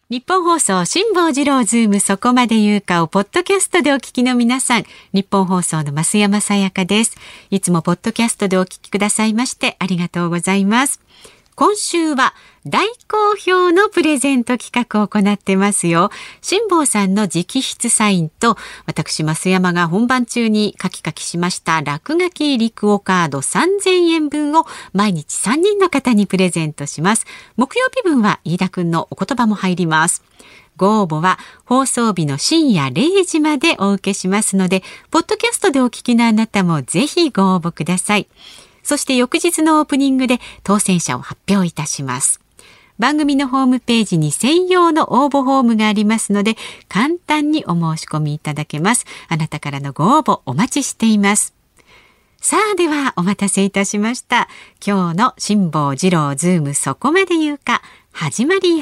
日本放送辛坊治郎ズームそこまで言うかをポッドキャストでお聞きの皆さん、日本放送の増山さやかです。いつもポッドキャストでお聞きくださいましてありがとうございます。今週は大好評のプレゼント企画を行ってますよ。辛坊さんの直筆サインと私増山が本番中に書きしました落書きリクオカード3000円分を毎日3人の方にプレゼントします。木曜日分は飯田くんのお言葉も入ります。ご応募は放送日の深夜0時までお受けしますので、ポッドキャストでお聞きのあなたもぜひご応募ください。そして翌日のオープニングで当選者を発表いたします。番組のホームページに専用の応募フォームがありますので、簡単にお申し込みいただけます。あなたからのご応募お待ちしています。さあ、ではお待たせいたしました。今日の辛坊治郎ズームそこまで言うか、始まり。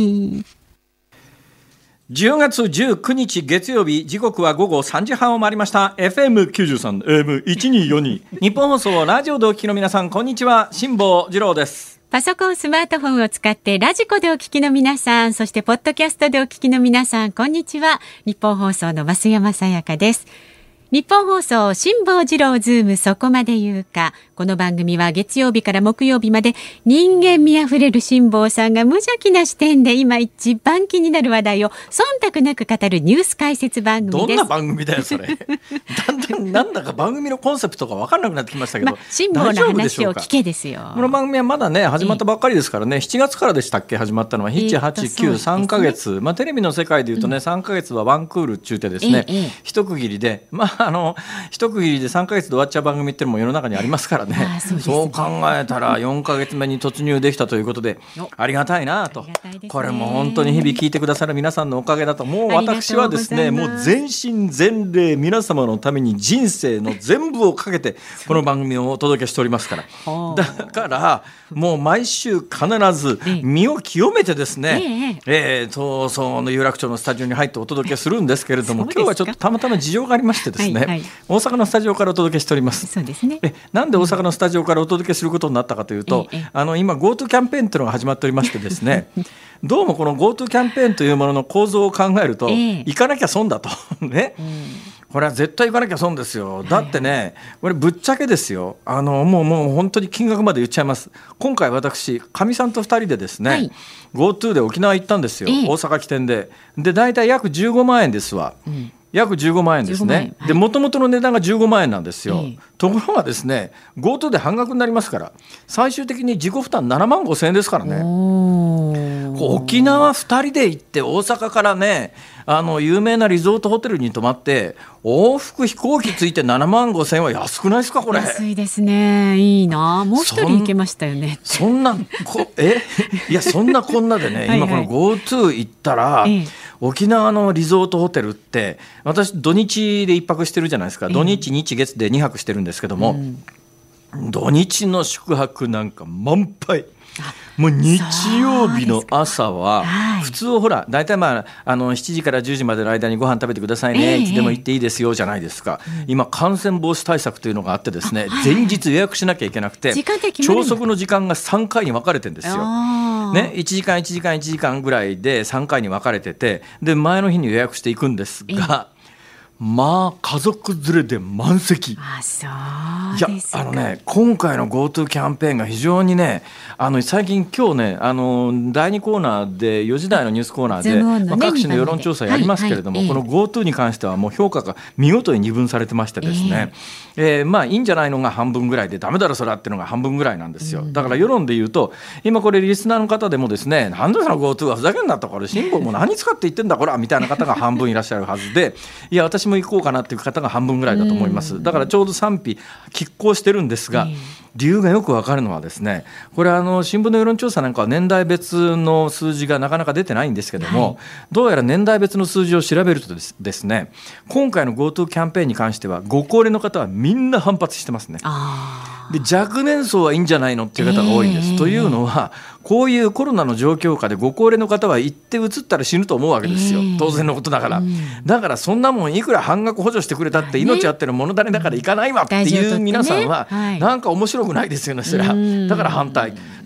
10月19日月曜日、時刻は午後3時半を回りました。 FM93 AM1242 日本放送ラジオでお聞きの皆さん、こんにちは。辛坊治郎です。 パソコン、スマートフォンを使ってラジコでお聞きの皆さん、そしてポッドキャストでお聞きの皆さん、こんにちは。日本放送の増山さやかです。日本放送辛坊治郎ズームそこまで言うか。この番組は月曜日から木曜日まで人間味あふれる辛坊さんが無邪気な視点で今一番気になる話題を忖度なく語るニュース解説番組です。 どんな番組だよそれだんだんなんだか番組のコンセプトが分からなくなってきましたけど、 辛坊の話を聞けですよ。 この番組はまだね始まったばっかりですからね。7月からでしたっけ、始まったのは7、8、9、3ヶ月、テレビの世界でいうとね、3ヶ月はワンクール中でですね、一区切りで一区切りで3ヶ月で終わっちゃう番組っていうのも世の中にありますからね。そう考えたら4ヶ月目に突入できたということでありがたいなと、これも本当に日々聞いてくださる皆さんのおかげだと。もう私はですね、もう全身全霊皆様のために人生の全部をかけてこの番組をお届けしておりますから、だからもう毎週必ず身を清めてですね、東総の有楽町のスタジオに入ってお届けするんですけれども、今日はちょっとたまたま事情がありましてですね、大阪のスタジオからお届けしております。 そうですね。 なんで大阪のスタジオからお届けすることになったかというと、今 GoTo キャンペーンというのが始まっておりましてですねどうもこの GoTo キャンペーンというものの構造を考えると、行かなきゃ損だとね、これは絶対行かなきゃ損ですよ。だってね、これぶっちゃけですよ、もう本当に金額まで言っちゃいます。今回私かみさんと2人でですね、GoTo で沖縄行ったんですよ、大阪起点でだいたい約15万円ですわ、約15万円ですね。で元々の値段が15万円なんですよ。ところがですね GoTo で半額になりますから、最終的に自己負担7万5千円ですからね。沖縄2人で行って大阪からね、有名なリゾートホテルに泊まって往復飛行機ついて7万5千円は安くないですか。これ安いですね。いいな。もう一人行けましたよね。 そんなこんなでね今この GoTo 行ったら、沖縄のリゾートホテルって私土日で1泊してるじゃないですか。土日日月で2泊してるんですけども、土日の宿泊なんか満杯。もう日曜日の朝は普通ほらだいたい7時から10時までの間にご飯食べてくださいね、いつでも行っていいですよじゃないですか。今感染防止対策というのがあってですね、前日予約しなきゃいけなくて朝食の時間が3回に分かれてるんですよ、ね、1時間ぐらいで3回に分かれてて、で前の日に予約していくんですが、家族連れで満席。そうですか。今回の GoTo キャンペーンが非常にね、最近今日ね第2コーナーで4時台のニュースコーナーで、各種の世論調査やりますけれども、この GoTo に関してはもう評価が見事に二分されてましてですね、いいんじゃないのが半分ぐらいで、ダメだろそれっていうのが半分ぐらいなんですよ。だから世論で言うと今これリスナーの方でもですね、なんでその GoTo はふざけんなった、これ辛坊も何使って言ってんだこらみたいな方が半分いらっしゃるはずで、いや私も行こうかなっていう方が半分ぐらいだと思います。だからちょうど賛否拮抗してるんですが、理由がよくわかるのはですね、これ新聞の世論調査なんかは年代別の数字がなかなか出てないんですけども、どうやら年代別の数字を調べるとですね、今回の GoTo キャンペーンに関してはご高齢の方はみんな反発してますね。で若年層はいいんじゃないのっていう方が多いんです、というのはこういうコロナの状況下でご高齢の方は行って移ったら死ぬと思うわけですよ、当然のことだから、だからそんなもんいくら半額補助してくれたって命あってる物種だから行かないわっていう皆さんはなんか面白くないですよね、それは。だから反対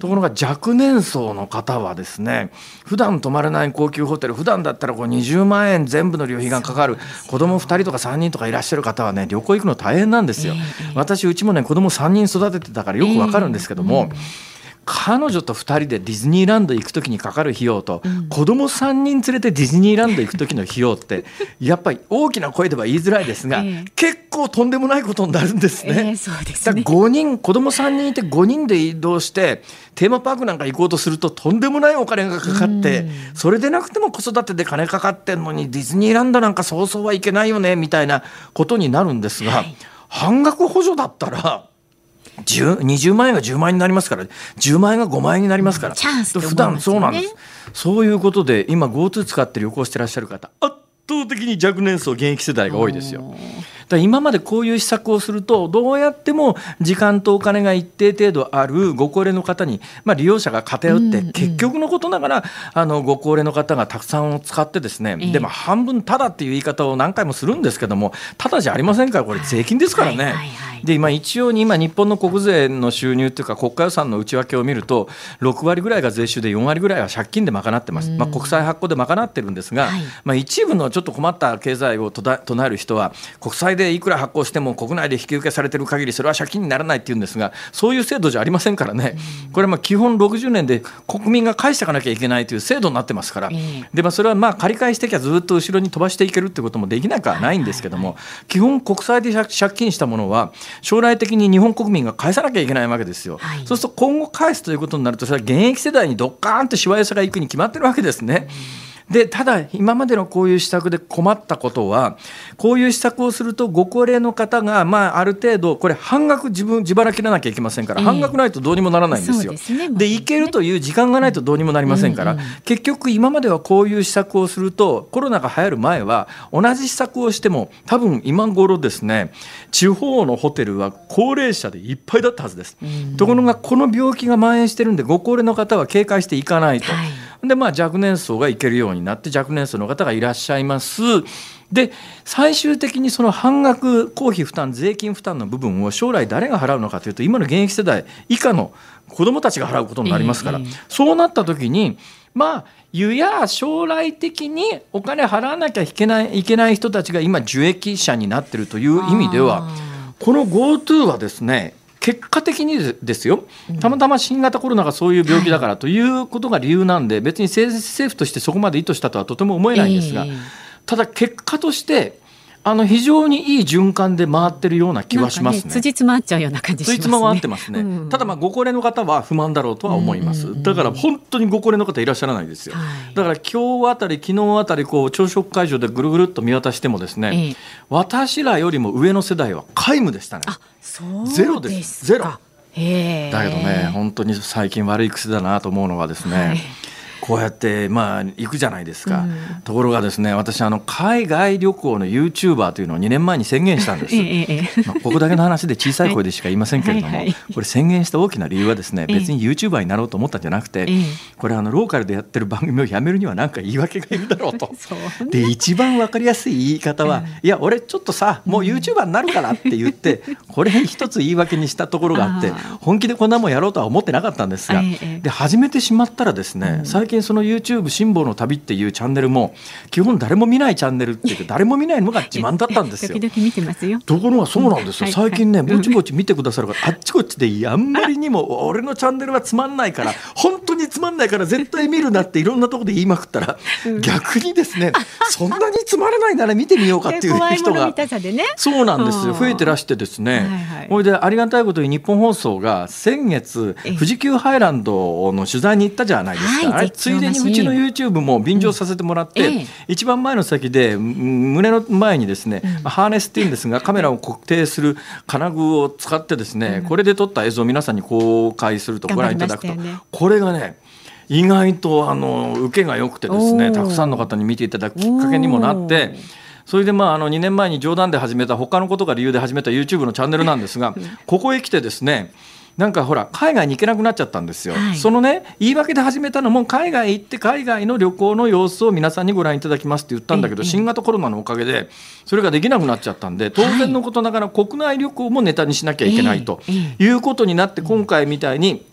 ところが若年層の方はですね、普段泊まれない高級ホテル、普段だったら20万円全部の旅費がかかる、子供2人とか3人とかいらっしゃる方はね、旅行行くの大変なんですよ。私うちもね子供3人育ててたからよくわかるんですけども、彼女と2人でディズニーランド行くときにかかる費用と、子供3人連れてディズニーランド行くときの費用ってやっぱり大きな声では言いづらいですが、結構とんでもないことになるんですね。 そうですね。 だから5人、子供3人いて5人で移動してテーマパークなんか行こうとするととんでもないお金がかかって、それでなくても子育てで金かかってんのにディズニーランドなんかそうそうはいけないよねみたいなことになるんですが、半額補助だったら20万円が10万円になりますから、10万円が5万円になりますから、 チャンスって思いますよね。 普段そうなんです。そういうことで今 GoTo 使って旅行してらっしゃる方、圧倒的に若年層現役世代が多いですよ。だから今までこういう施策をするとどうやっても時間とお金が一定程度あるご高齢の方に、利用者が偏って、結局のことながらご高齢の方がたくさんを使ってですね、でも半分タダっていう言い方を何回もするんですけども、タダじゃありませんから、これ税金ですからね。で一応今日本の国税の収入というか国家予算の内訳を見ると6割ぐらいが税収で4割ぐらいは借金で賄ってます。国債発行で賄ってるんですが、一部のちょっと困った経済を唱える人は国債でいくら発行しても国内で引き受けされている限りそれは借金にならないっていうんですが、そういう制度じゃありませんからね。これは基本60年で国民が返していかなきゃいけないという制度になってますから、でそれは借り返してきゃずっと後ろに飛ばしていけるってこともできなくはないんですけども、基本国債で借金したものは将来的に日本国民が返さなきゃいけないわけですよ。そうすると今後返すということになると、それは現役世代にドッカーンとしわ寄せがいくに決まってるわけですね。でただ今までのこういう施策で困ったことは、こういう施策をするとご高齢の方がある程度これ半額自腹切らなきゃいけませんから、半額ないとどうにもならないんですよ。で行けるという時間がないとどうにもなりませんから、結局今まではこういう施策をすると、コロナが流行る前は同じ施策をしても多分今頃ですね、地方のホテルは高齢者でいっぱいだったはずです。ところがこの病気が蔓延してるんでご高齢の方は警戒していかないと、で若年層が行けるようになって若年層の方がいらっしゃいます。で最終的にその半額公費負担、税金負担の部分を将来誰が払うのかというと、今の現役世代以下の子どもたちが払うことになりますから、そうなった時に将来的にお金払わなきゃいけない人たちが今受益者になっているという意味では、この GoTo はですね、結果的にですよ、たまたま新型コロナがそういう病気だからということが理由なんで、別に政府としてそこまで意図したとはとても思えないんですが、ただ結果として非常にいい循環で回ってるような気はしますね。 辻褄合っちゃうような感じしますね。 辻褄合ってますね。ただご高齢の方は不満だろうとは思います。だから本当にご高齢の方いらっしゃらないですよ。だから今日あたり昨日あたり朝食会場でぐるぐるっと見渡してもですね、私らよりも上の世代は皆無でしたね。ゼロです。ゼロ。だけどね、本当に最近悪い癖だなと思うのはですね、こうやって行くじゃないですか。ところがですね、私海外旅行の YouTuber というのを2年前に宣言したんです。ここだけの話で小さい声でしか言いませんけれども、これ宣言した大きな理由はですね、別に YouTuber になろうと思ったんじゃなくて、これローカルでやってる番組をやめるには何か言い訳がいるだろうと。で一番分かりやすい言い方は、いや俺ちょっとさもう YouTuber になるからって言ってこれ一つ言い訳にしたところがあって、本気でこんなもんやろうとは思ってなかったんですが、で始めてしまったらですね、最近その YouTube 辛坊の旅っていうチャンネルも基本誰も見ないチャンネルっていうか誰も見ないのが自慢だったんですよ。 時々見てますよ。 ところがそうなんですよ、最近ねぼちぼち見てくださる方あっちこっちであんまりにも俺のチャンネルはつまんないから本当につまんないから絶対見るなっていろんなところで言いまくったら、逆にですねそんなにつまらないなら見てみようかっていう人がそうなんですよ増えてらしてですね、それでありがたいことに日本放送が先月富士急ハイランドの取材に行ったじゃないですか。ついでにうちの YouTube も便乗させてもらって、一番前の席で胸の前にですね、ハーネスっていうんですがカメラを固定する金具を使ってですね、これで撮った映像を皆さんに公開するとご覧いただくと、これがね意外と受けが良くてですね、たくさんの方に見ていただくきっかけにもなって、それで2年前に冗談で始めた他のことが理由で始めた YouTube のチャンネルなんですが、ここへ来てですねなんかほら海外に行けなくなっちゃったんですよ、そのね言い訳で始めたのも海外行って海外の旅行の様子を皆さんにご覧いただきますって言ったんだけど、新型コロナのおかげでそれができなくなっちゃったんで、当然のことながら国内旅行もネタにしなきゃいけないということになって、今回みたいに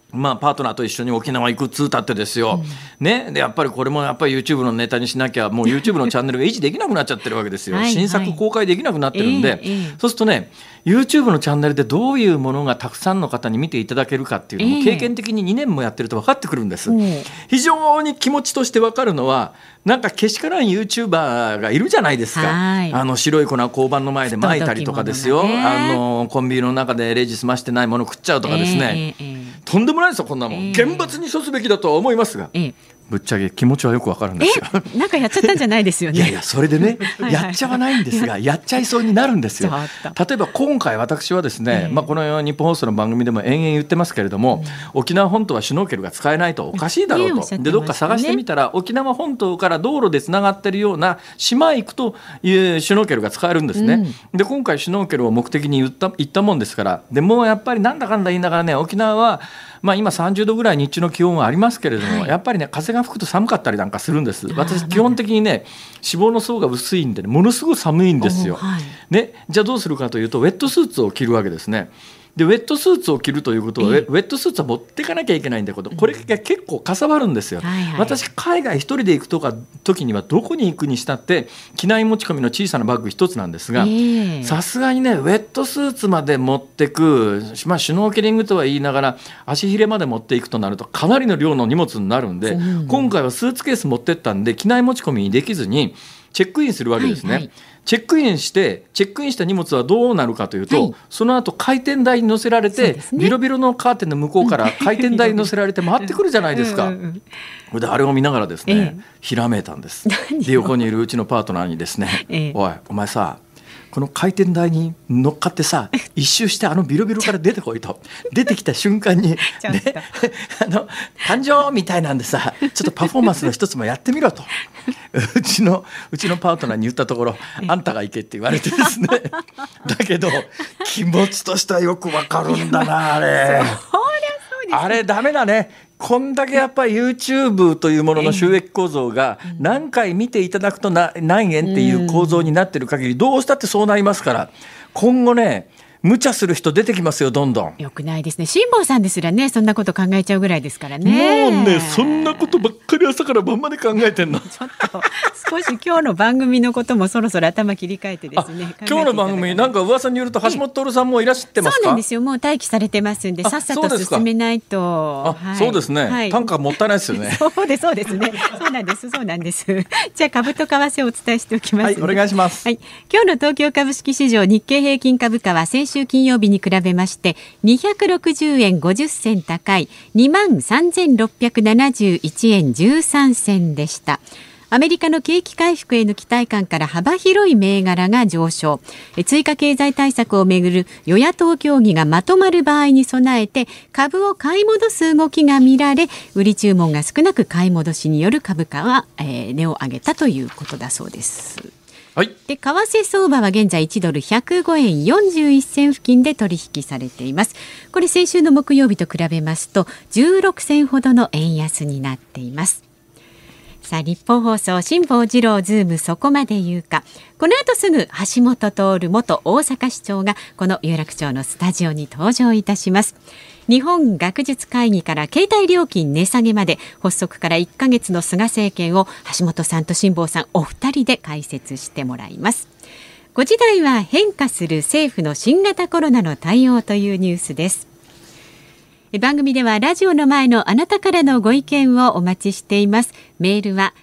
パートナーと一緒に沖縄行くっつうたってですよ、ね、でやっぱりこれもやっぱり YouTube のネタにしなきゃもう YouTube のチャンネルが維持できなくなっちゃってるわけですよ新作公開できなくなってるんで、そうするとね YouTube のチャンネルでどういうものがたくさんの方に見ていただけるかっていうのも経験的に2年もやってると分かってくるんです、非常に気持ちとして分かるのはなんかけしからん YouTuber がいるじゃないですか、白い粉を交番の前で撒いたりとかですよ、コンビニの中でレジ済ましてないもの食っちゃうとかですね、とんでもないですよこんなもん、厳罰に処すべきだとは思いますが、ぶっちゃけ気持ちはよくわかるんですよ。 なんかやっちゃったんじゃないですよね。 いやいやそれでねやっちゃわないんですがやっちゃいそうになるんですよ。例えば今回私はですね、この日本放送の番組でも延々言ってますけれども、沖縄本島はシュノーケルが使えないとおかしいだろうと、でどっか探してみたら沖縄本島から道路でつながってるような島へ行くというシュノーケルが使えるんですね、で今回シュノーケルを目的に行ったもんですから、でもうやっぱりなんだかんだ言いながらね沖縄は今30度ぐらい日中の気温はありますけれども、やっぱりね風が吹くと寒かったりなんかするんです。私基本的にね脂肪の層が薄いんで、ね、ものすごい寒いんですよ、ね、じゃあどうするかというとウェットスーツを着るわけですね。でウェットスーツを着るということは、ウェットスーツは持っていかなきゃいけないんだけど、これが結構かさばるんですよ、私海外一人で行く時にはどこに行くにしたって機内持ち込みの小さなバッグ一つなんですが、さすがにねウェットスーツまで持ってく、シュノーケリングとは言いながら足ひれまで持っていくとなるとかなりの量の荷物になるんで、今回はスーツケース持ってったんで機内持ち込みにできずにチェックインするわけですね、チェックインした荷物はどうなるかというと、その後回転台に乗せられて、ビロビロのカーテンの向こうから回転台に乗せられて回ってくるじゃないですか。であれを見ながらですね、ひらめいたんです。で横にいるうちのパートナーにですね、おいお前さこの回転台に乗っかってさ一周してビロビロから出てこいと出てきた瞬間に、ね、誕生みたいなんでさちょっとパフォーマンスの一つもやってみろとうちのパートナーに言ったところあんたが行けって言われてですねだけど気持ちとしてはよくわかるんだなあれあれダメだね。こんだけやっぱり YouTube というものの収益構造が何回見ていただくと何円っていう構造になってる限りどうしたってそうなりますから、今後ね無茶する人出てきますよ。どんどんよくないですね。辛坊さんですらねそんなこと考えちゃうぐらいですからね。 もうねそんなことばっかり朝から晩まで考えてんの。ちょっと少し今日の番組のこともそろそろ頭切り替えてですね。 今日の番組なんか噂によると橋本徹さんもいらっしゃってますか。 そうなんですよ。もう待機されてますんでさっさと進めないと。 そうですね、単価もったいないですよね。 そうですね。そうなんです。じゃあ株と為替をお伝えしておきます、 お願いします、 今日の東京株式市場日経平均株価は先週金曜日に比べまして260円50銭高い 23,671 円13銭でした。アメリカの景気回復への期待感から幅広い銘柄が上昇。追加経済対策をめぐる与野党協議がまとまる場合に備えて株を買い戻す動きが見られ、売り注文が少なく買い戻しによる株価は、値を上げたということだそうです。で為替相場は現在1ドル105円41銭付近で取引されています。これ先週の木曜日と比べますと16銭ほどの円安になっています。さあ日本放送辛坊治郎ズームそこまで言うか。この後すぐ橋本徹元大阪市長がこの有楽町のスタジオに登場いたします。日本学術会議から携帯料金値下げまで発足から1ヶ月の菅政権を橋本さんと辛坊さんお二人で解説してもらいます。5時台は変化する政府の新型コロナの対応というニュースです。番組ではラジオの前のあなたからのご意見をお待ちしています。メールは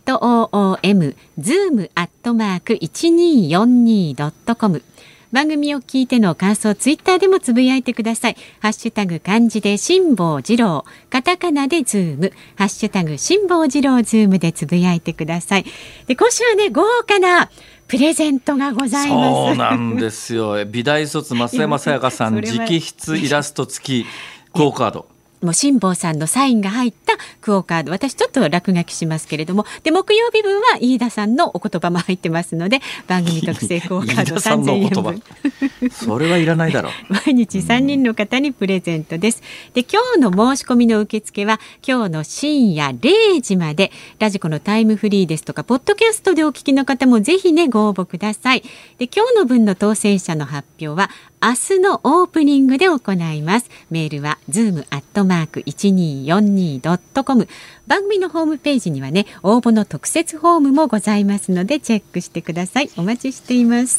zoom@1242.com。番組を聞いての感想、ツイッターでもつぶやいてください。ハッシュタグ漢字で辛坊治郎、カタカナでズーム、ハッシュタグ辛坊治郎ズームでつぶやいてください。で今週はね豪華なプレゼントがございます。 そうなんですよ。美大卒増山さやかさん直筆イラスト付きクオカード。 もう辛坊さんのサインが入ったクオカード、私ちょっと落書きしますけれども、で木曜日分は飯田さんのお言葉も入ってますので番組特製クオカード3000円分それはいらないだろう。 毎日3人の方にプレゼントです。で今日の申し込みの受付は今日の深夜0時まで。ラジコのタイムフリーですとかポッドキャストでお聞きの方もぜひねご応募ください。で今日の分の当選者の発表は明日のオープニングで行います。メールは zoom@1242.com。番組のホームページにはね、応募の特設フォームもございますのでチェックしてください。お待ちしています。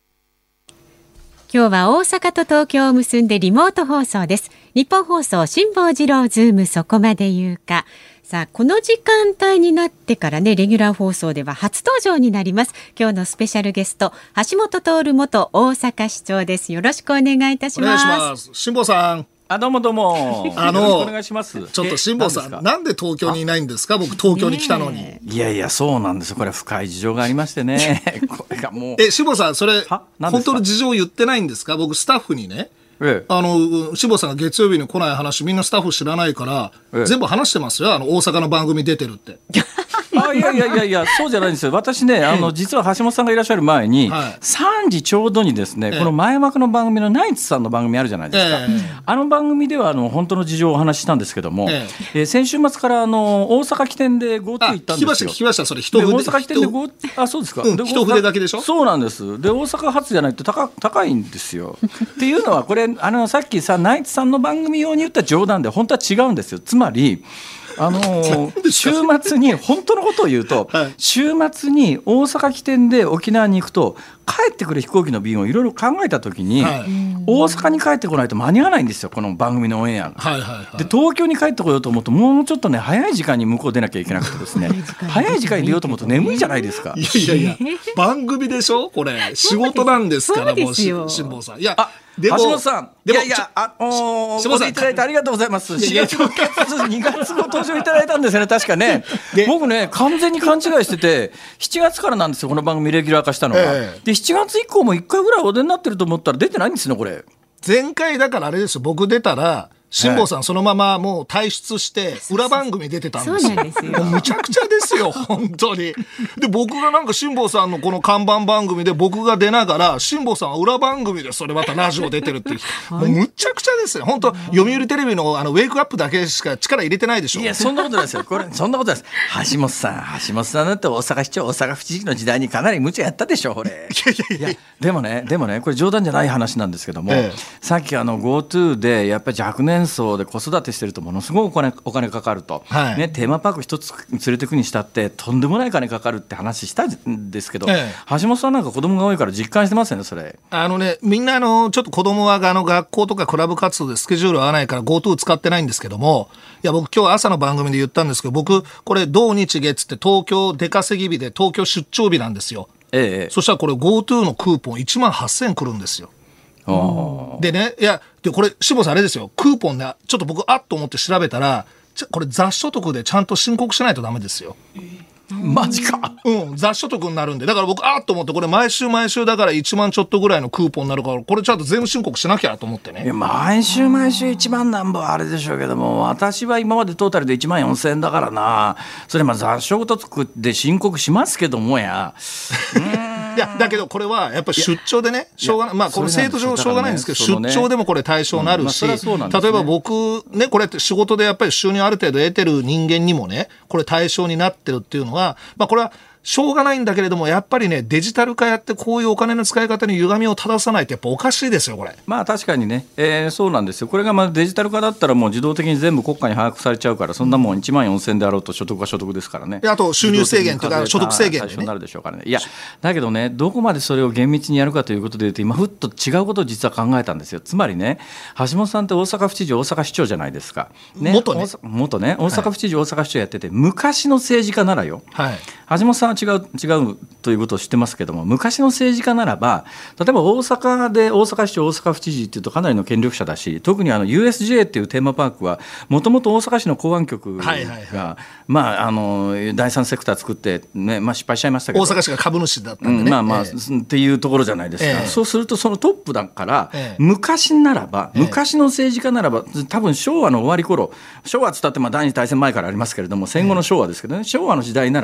今日は大阪と東京を結んでリモート放送です。日本放送辛坊治郎ズームそこまで言うか。さあ、この時間帯になってからね、レギュラー放送では初登場になります。今日のスペシャルゲスト、橋本徹元大阪市長です。よろしくお願いいたします。 お願いします。辛坊さん。 どうもどうも。よろしくお願いします。 ちょっと辛坊さん、なんで東京にいないんですか？僕東京に来たのに。 いやいや、そうなんですよ。これは深い事情がありましてね。これがもう。 辛坊さん、それ本当の事情言ってないんですか？僕スタッフにね。辛坊さんが月曜日に来ない話みんなスタッフ知らないから、全部話してますよ。大阪の番組出てるっていやそうじゃないんですよ。私ね、実は橋本さんがいらっしゃる前に、3時ちょうどにですね、この前枠の番組のナイツさんの番組あるじゃないですか。あの番組では本当の事情をお話ししたんですけども、先週末から大阪起点で GoTo 行ったんですよ。 聞きました。それ一筆大阪起点で GoTo、そうですか。 一筆だけでしょ。 そうなんです。で、大阪発じゃないと高いんですよ。っていうのはこれさっきさナイツさんの番組用に言った冗談で本当は違うんですよ。つまり週末に本当のことを言うと、週末に大阪起点で沖縄に行くと帰ってくる飛行機の便をいろいろ考えた時に、大阪に帰ってこないと間に合わないんですよ、この番組のオンエアが。で、東京に帰ってこようと思うともうちょっとね早い時間に向こう出なきゃいけなくてですね早い時間に出ようと思うと眠いじゃないですか。 いや番組でしょ、これ仕事なんですから。もう辛坊さん、いや橋本さん、お出いただいてありがとうございます。4月2月ご登場いただいたんですよね、確かね。僕ね、完全に勘違いしてて、7月からなんですよ、この番組レギュラー化したのが。で、7月以降も1回ぐらいお出になってると思ったら出てないんですよ、これ。 前回だからあれですよ、僕出たら辛坊さんそのままもう退出して裏番組出てたんですよ。もうむちゃくちゃですよ本当に。で、僕がなんか辛坊さんのこの看板番組で僕が出ながら辛坊さんは裏番組でそれまたラジオ出てるっていうもうむちゃくちゃですよ本当。読売テレビのウェイクアップだけしか力入れてないでしょ。 いや、そんなことないですよ。これそんなことないです。橋本さんだって大阪市長大阪府知事の時代にかなり無茶やったでしょこれ。いやでもねこれ冗談じゃない話なんですけども、さっきGoTo でやっぱり若年層で子育てしてるとものすごくお金かかると、テーマパーク一つ連れてくにしたってとんでもない金かかるって話したんですけど、橋本さんなんか子供が多いから実感してますよねそれ。 みんなちょっと子供は学校とかクラブ活動でスケジュール合わないから GoTo 使ってないんですけども、いや僕今日朝の番組で言ったんですけど、僕これ土日月って東京出稼ぎ日で東京出張日なんですよ。そしたらこれ GoTo のクーポン1万8000円来るんですよ。でね、これ辛坊さんあれですよ、クーポンね、ちょっと僕と思って調べたらこれ雑所得でちゃんと申告しないとダメですよ。 マジか。 雑所得になるんで、だから僕と思ってこれ毎週だから1万ちょっとぐらいのクーポンになるから、これちゃんと税務申告しなきゃと思ってね。 いや毎週1万なんぼはあれでしょうけども、私は今までトータルで1万4000円だからな。それ雑所得で申告しますけどもやいやだけどこれはやっぱり出張でねしょうがない、この制度上しょうがないんですけど、出張でもこれ対象になるし、例えば僕ねこれって仕事でやっぱり収入ある程度得てる人間にもねこれ対象になってるっていうのは、これはしょうがないんだけれども、やっぱりねデジタル化やってこういうお金の使い方に歪みを正さないとやっぱおかしいですよこれ。 確かにね、そうなんですよ。これがデジタル化だったらもう自動的に全部国家に把握されちゃうから、そんなもん1万4000であろうと所得は所得ですからね。 あと収入制限とか所得制限でね対象になるでしょうからね。いやだけどね、どこまでそれを厳密にやるかということでいうと、今ふっと違うことを実は考えたんですよ。つまりね、橋本さんって大阪府知事大阪市長じゃないですか、ね、元ね大阪府知事大阪市長やってて、昔の政治家ならよ、橋本さんは違うということを知ってますけども、昔の政治家ならば、例えば大阪で大阪市長大阪府知事っていうとかなりの権力者だし、特にUSJ っていうテーマパークはもともと大阪市の港湾局が第三セクター作って、ね失敗しちゃいましたけど、 大阪市が株主だったんでね、 っていうところじゃないですか。そうするとそのトップだから、昔ならば、昔の政治家ならば、多分昭和の終わり頃、昭和っつったって第二次大戦前からありますけれども、戦後の昭和ですけどね、昭和の時代ならば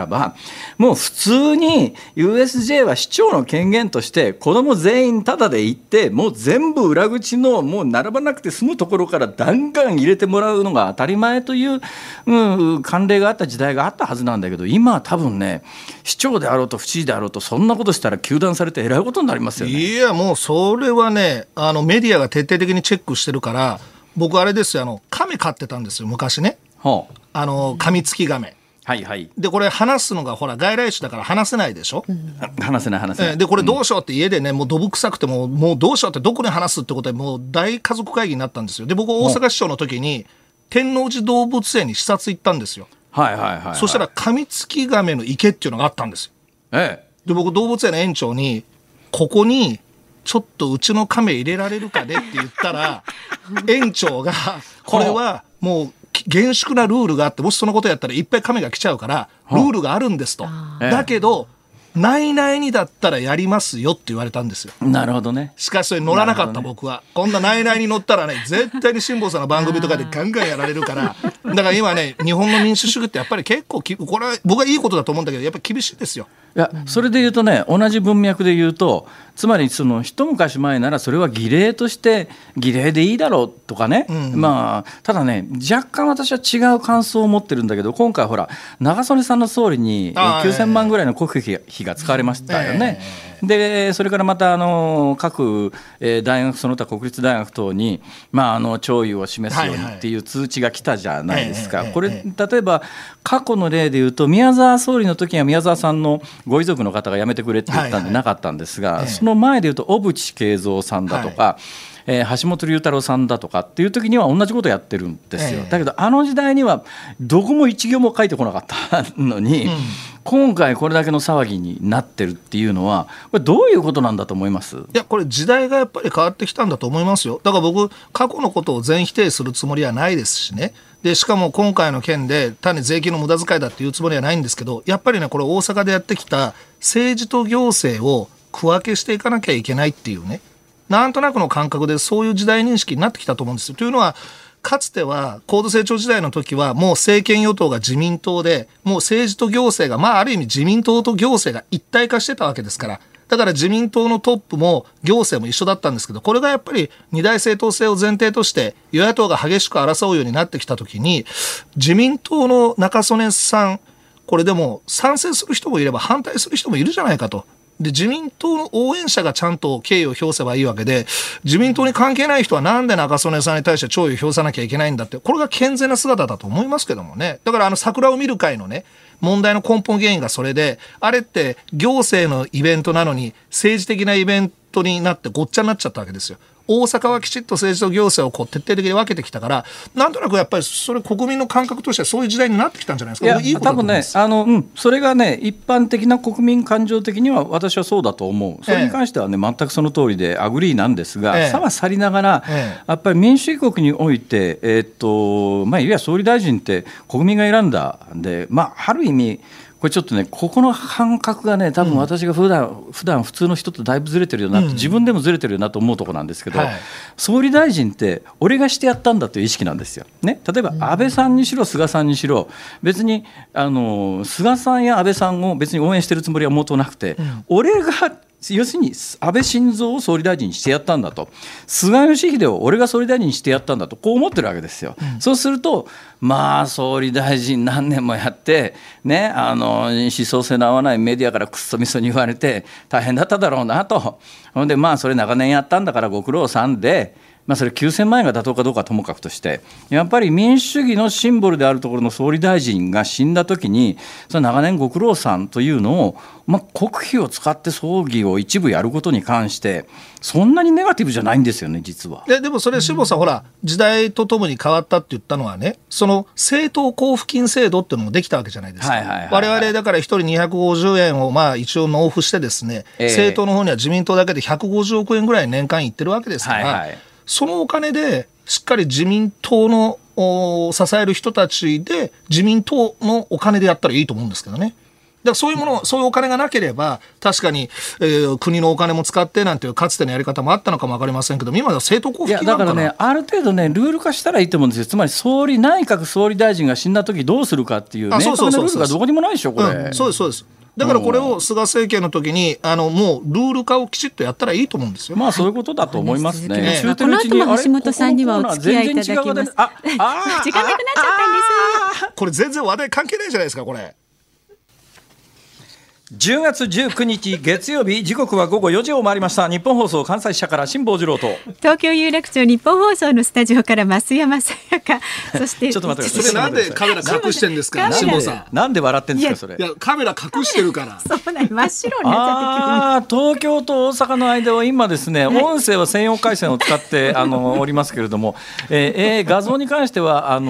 もう普通に USJ は市長の権限として子ども全員タダで行って、もう全部裏口のもう並ばなくて済むところからガンガン入れてもらうのが当たり前という、慣例があった時代があったはずなんだけど、今は多分ね、市長であろうと府知事であろうとそんなことしたら糾弾されてえらいことになりますよね。 いやもうそれはね、メディアが徹底的にチェックしてるから。僕あれですよ、亀飼ってたんですよ昔ね。カミツキガメ。 はいはい。 でこれ話すのがほら外来種だから話せないでしょ、 話せない、 でこれどうしようって家でね、もうどぶ臭くてもうどうしようってどこに話すってことでもう大家族会議になったんですよ。で僕大阪市長の時に天王寺動物園に視察行ったんですよ。そしたらカミツキガメの池っていうのがあったんですよ。で僕動物園の園長にここにちょっとうちの亀入れられるかねって言ったら園長がこれはもう厳粛なルールがあって、もしそのことやったらいっぱい亀が来ちゃうからルールがあるんですと。だけど内々にだったらやりますよって言われたんですよ。 なるほどね。 しかしそれ乗らなかった、僕は。こんな内々に乗ったらね、絶対に辛坊さんの番組とかでガンガンやられるからだから今ね、日本の民主主義ってやっぱり結構これは僕はいいことだと思うんだけど、やっぱり厳しいですよ。 いやそれで言うとね、同じ文脈で言うと、つまりその一昔前ならそれは儀礼として儀礼でいいだろうとかね、ただね、若干私は違う感想を持ってるんだけど、今回ほら長曽根さんの総理に9000万ぐらいの国費が使われましたよね。でそれからまた各大学その他国立大学等に、弔意を示すようにっていう通知が来たじゃないですか。これ例えば過去の例でいうと、宮沢総理の時には宮沢さんのご遺族の方が辞めてくれって言ったんでなかったんですが、その前でいうと小渕恵三さんだとか、橋本龍太郎さんだとかっていう時には同じことをやってるんですよ。だけどあの時代にはどこも一行も書いてこなかったのに、今回これだけの騒ぎになってるっていうのは、これどういうことなんだと思います？いやこれ時代がやっぱり変わってきたんだと思いますよ。だから僕過去のことを全否定するつもりはないですしね。でしかも今回の件で単に税金の無駄遣いだっていうつもりはないんですけど、やっぱりね、これ大阪でやってきた政治と行政を区分けしていかなきゃいけないっていうね、なんとなくの感覚でそういう時代認識になってきたと思うんですよ。というのは、かつては高度成長時代の時はもう政権与党が自民党で、もう政治と行政がある意味自民党と行政が一体化してたわけですから、だから自民党のトップも行政も一緒だったんですけど、これがやっぱり二大政党制を前提として与野党が激しく争うようになってきた時に、自民党の中曽根さん、これでも賛成する人もいれば反対する人もいるじゃないかと。で自民党の応援者がちゃんと敬意を表せばいいわけで、自民党に関係ない人はなんで中曽根さんに対して弔意を表さなきゃいけないんだって、これが健全な姿だと思いますけどもね。だから桜を見る会のね、問題の根本原因がそれで、あれって行政のイベントなのに政治的なイベントになってごっちゃになっちゃったわけですよ。大阪はきちっと政治と行政を徹底的に分けてきたから、なんとなくやっぱりそれ国民の感覚としてはそういう時代になってきたんじゃないですか。いいことだと思います。 多分ね、それがね、一般的な国民感情的には私はそうだと思う。それに関してはね、全くその通りでアグリーなんですが、さは去りながら、やっぱり民主主義国において、いわゆる総理大臣って国民が選んだんで、ある意味これちょっとね、ここの感覚がね、多分私が普段普通の人とだいぶずれてるよなって、自分でもずれてるよなと思うところなんですけど、総理大臣って俺がしてやったんだという意識なんですよ、ね。例えば安倍さんにしろ菅さんにしろ、別に菅さんや安倍さんを別に応援してるつもりは毛頭なくて、俺が要するに安倍晋三を総理大臣にしてやったんだと、菅義偉を俺が総理大臣にしてやったんだと、こう思ってるわけですよ。そうすると総理大臣何年もやってね、思想性の合わないメディアからくっそみそに言われて大変だっただろうなと。ほんでそれ長年やったんだからご苦労さんで、それ9000万円が妥当かどうかともかくとして、やっぱり民主主義のシンボルであるところの総理大臣が死んだときに、その長年ご苦労さんというのを、国費を使って葬儀を一部やることに関してそんなにネガティブじゃないんですよね、実は。 でもそれ辛坊さん、ほら時代とともに変わったって言ったのはね、その政党交付金制度っていうのもできたわけじゃないですか。我々だから1人250円を一応納付してですね、政党の方には自民党だけで150億円ぐらい年間いってるわけですから、そのお金でしっかり自民党の支える人たちで自民党のお金でやったらいいと思うんですけどね。 からそういうもの、そういうお金がなければ確かに、国のお金も使ってなんていうかつてのやり方もあったのかも分かりませんけど、今は政党交付金なんかな。 いやだからね、ある程度ねルール化したらいいと思うんですよ。つまり内閣総理大臣が死んだ時どうするかっていう明確なルールがどこにもないでしょこれ。 そうですそうです。だからこれを菅政権の時にもうルール化をきちっとやったらいいと思うんですよ。 まあそういうことだと思いますね。 この後も橋本さんにはお付き合いいただきます。時間なくなっちゃったんです。 これ全然話題関係ないじゃないですかこれ。 10月19日月曜日、時刻は午後4時を回りました。日本放送関西支社から辛坊治郎と東京有楽町日本放送のスタジオから増山さやか、そしてちょっと待ってください。 それなんでカメラ隠してんですか辛坊さん。 なんで笑ってんですかそれ。 いやカメラ隠してるから。 そうなん真っ白になっちゃって東京と大阪の間は今ですね、音声は専用回線を使っておりますけれども、画像に関しては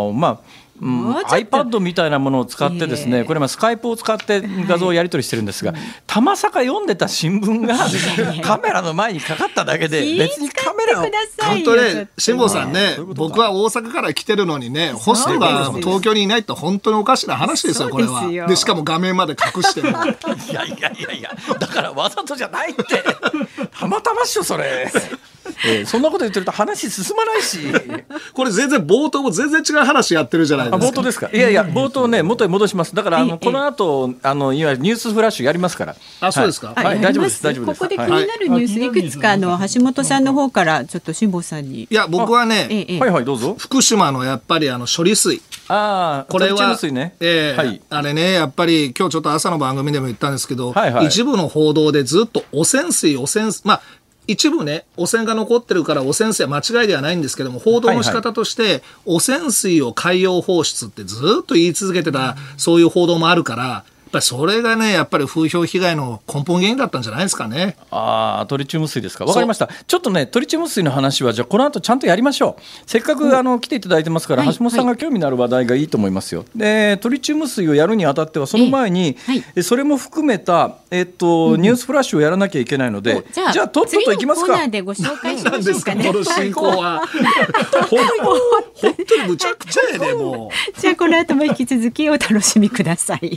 iPad みたいなものを使ってですね、これスカイプを使って画像をやり取りしてるんですが、たまさか読んでた新聞がカメラの前にかかっただけで別にカメラを本当ね、辛坊さんね、僕は大阪から来てるのにね、ホストが東京にいないって本当におかしな話ですよこれは。でしかも画面まで隠してる。 いやだからわざとじゃないってたまたまっしょそれ。そんなこと言ってると話進まないしこれ全然冒頭も全然違う話やってるじゃないですか。 冒頭ですか。いや冒頭ね元に戻します。だからこの後いわゆるニュースフラッシュやりますから。 あ、そうですか。 はい、大丈夫です大丈夫です。 ここで気になるニュースいくつか橋本さんの方からちょっと辛坊さんに。 いや僕はね、 はいどうぞ。 福島のやっぱり処理水、これはトリチウム水ね、 あれね、やっぱり今日ちょっと朝の番組でも言ったんですけど、一部の報道でずっと汚染水一部ね汚染が残ってるから汚染水は間違いではないんですけども、報道の仕方として汚染水を海洋放出ってずっと言い続けてた、そういう報道もあるから、やっぱりそれがねやっぱり風評被害の根本原因だったんじゃないですかね。 トリチウム水ですか。わかりました。ちょっとねトリチウム水の話はじゃあこの後ちゃんとやりましょう。せっかく来ていただいてますから、橋本さんが興味のある話題がいいと思いますよ。でトリチウム水をやるにあたってはその前に、それも含めた、ニュースフラッシュをやらなきゃいけないので、じゃあとっとといきますか。 次のコーナーでご紹介しましょうかね。 この進行は本当にむちゃくちゃやねもう。 じゃあこの後も引き続きお楽しみください。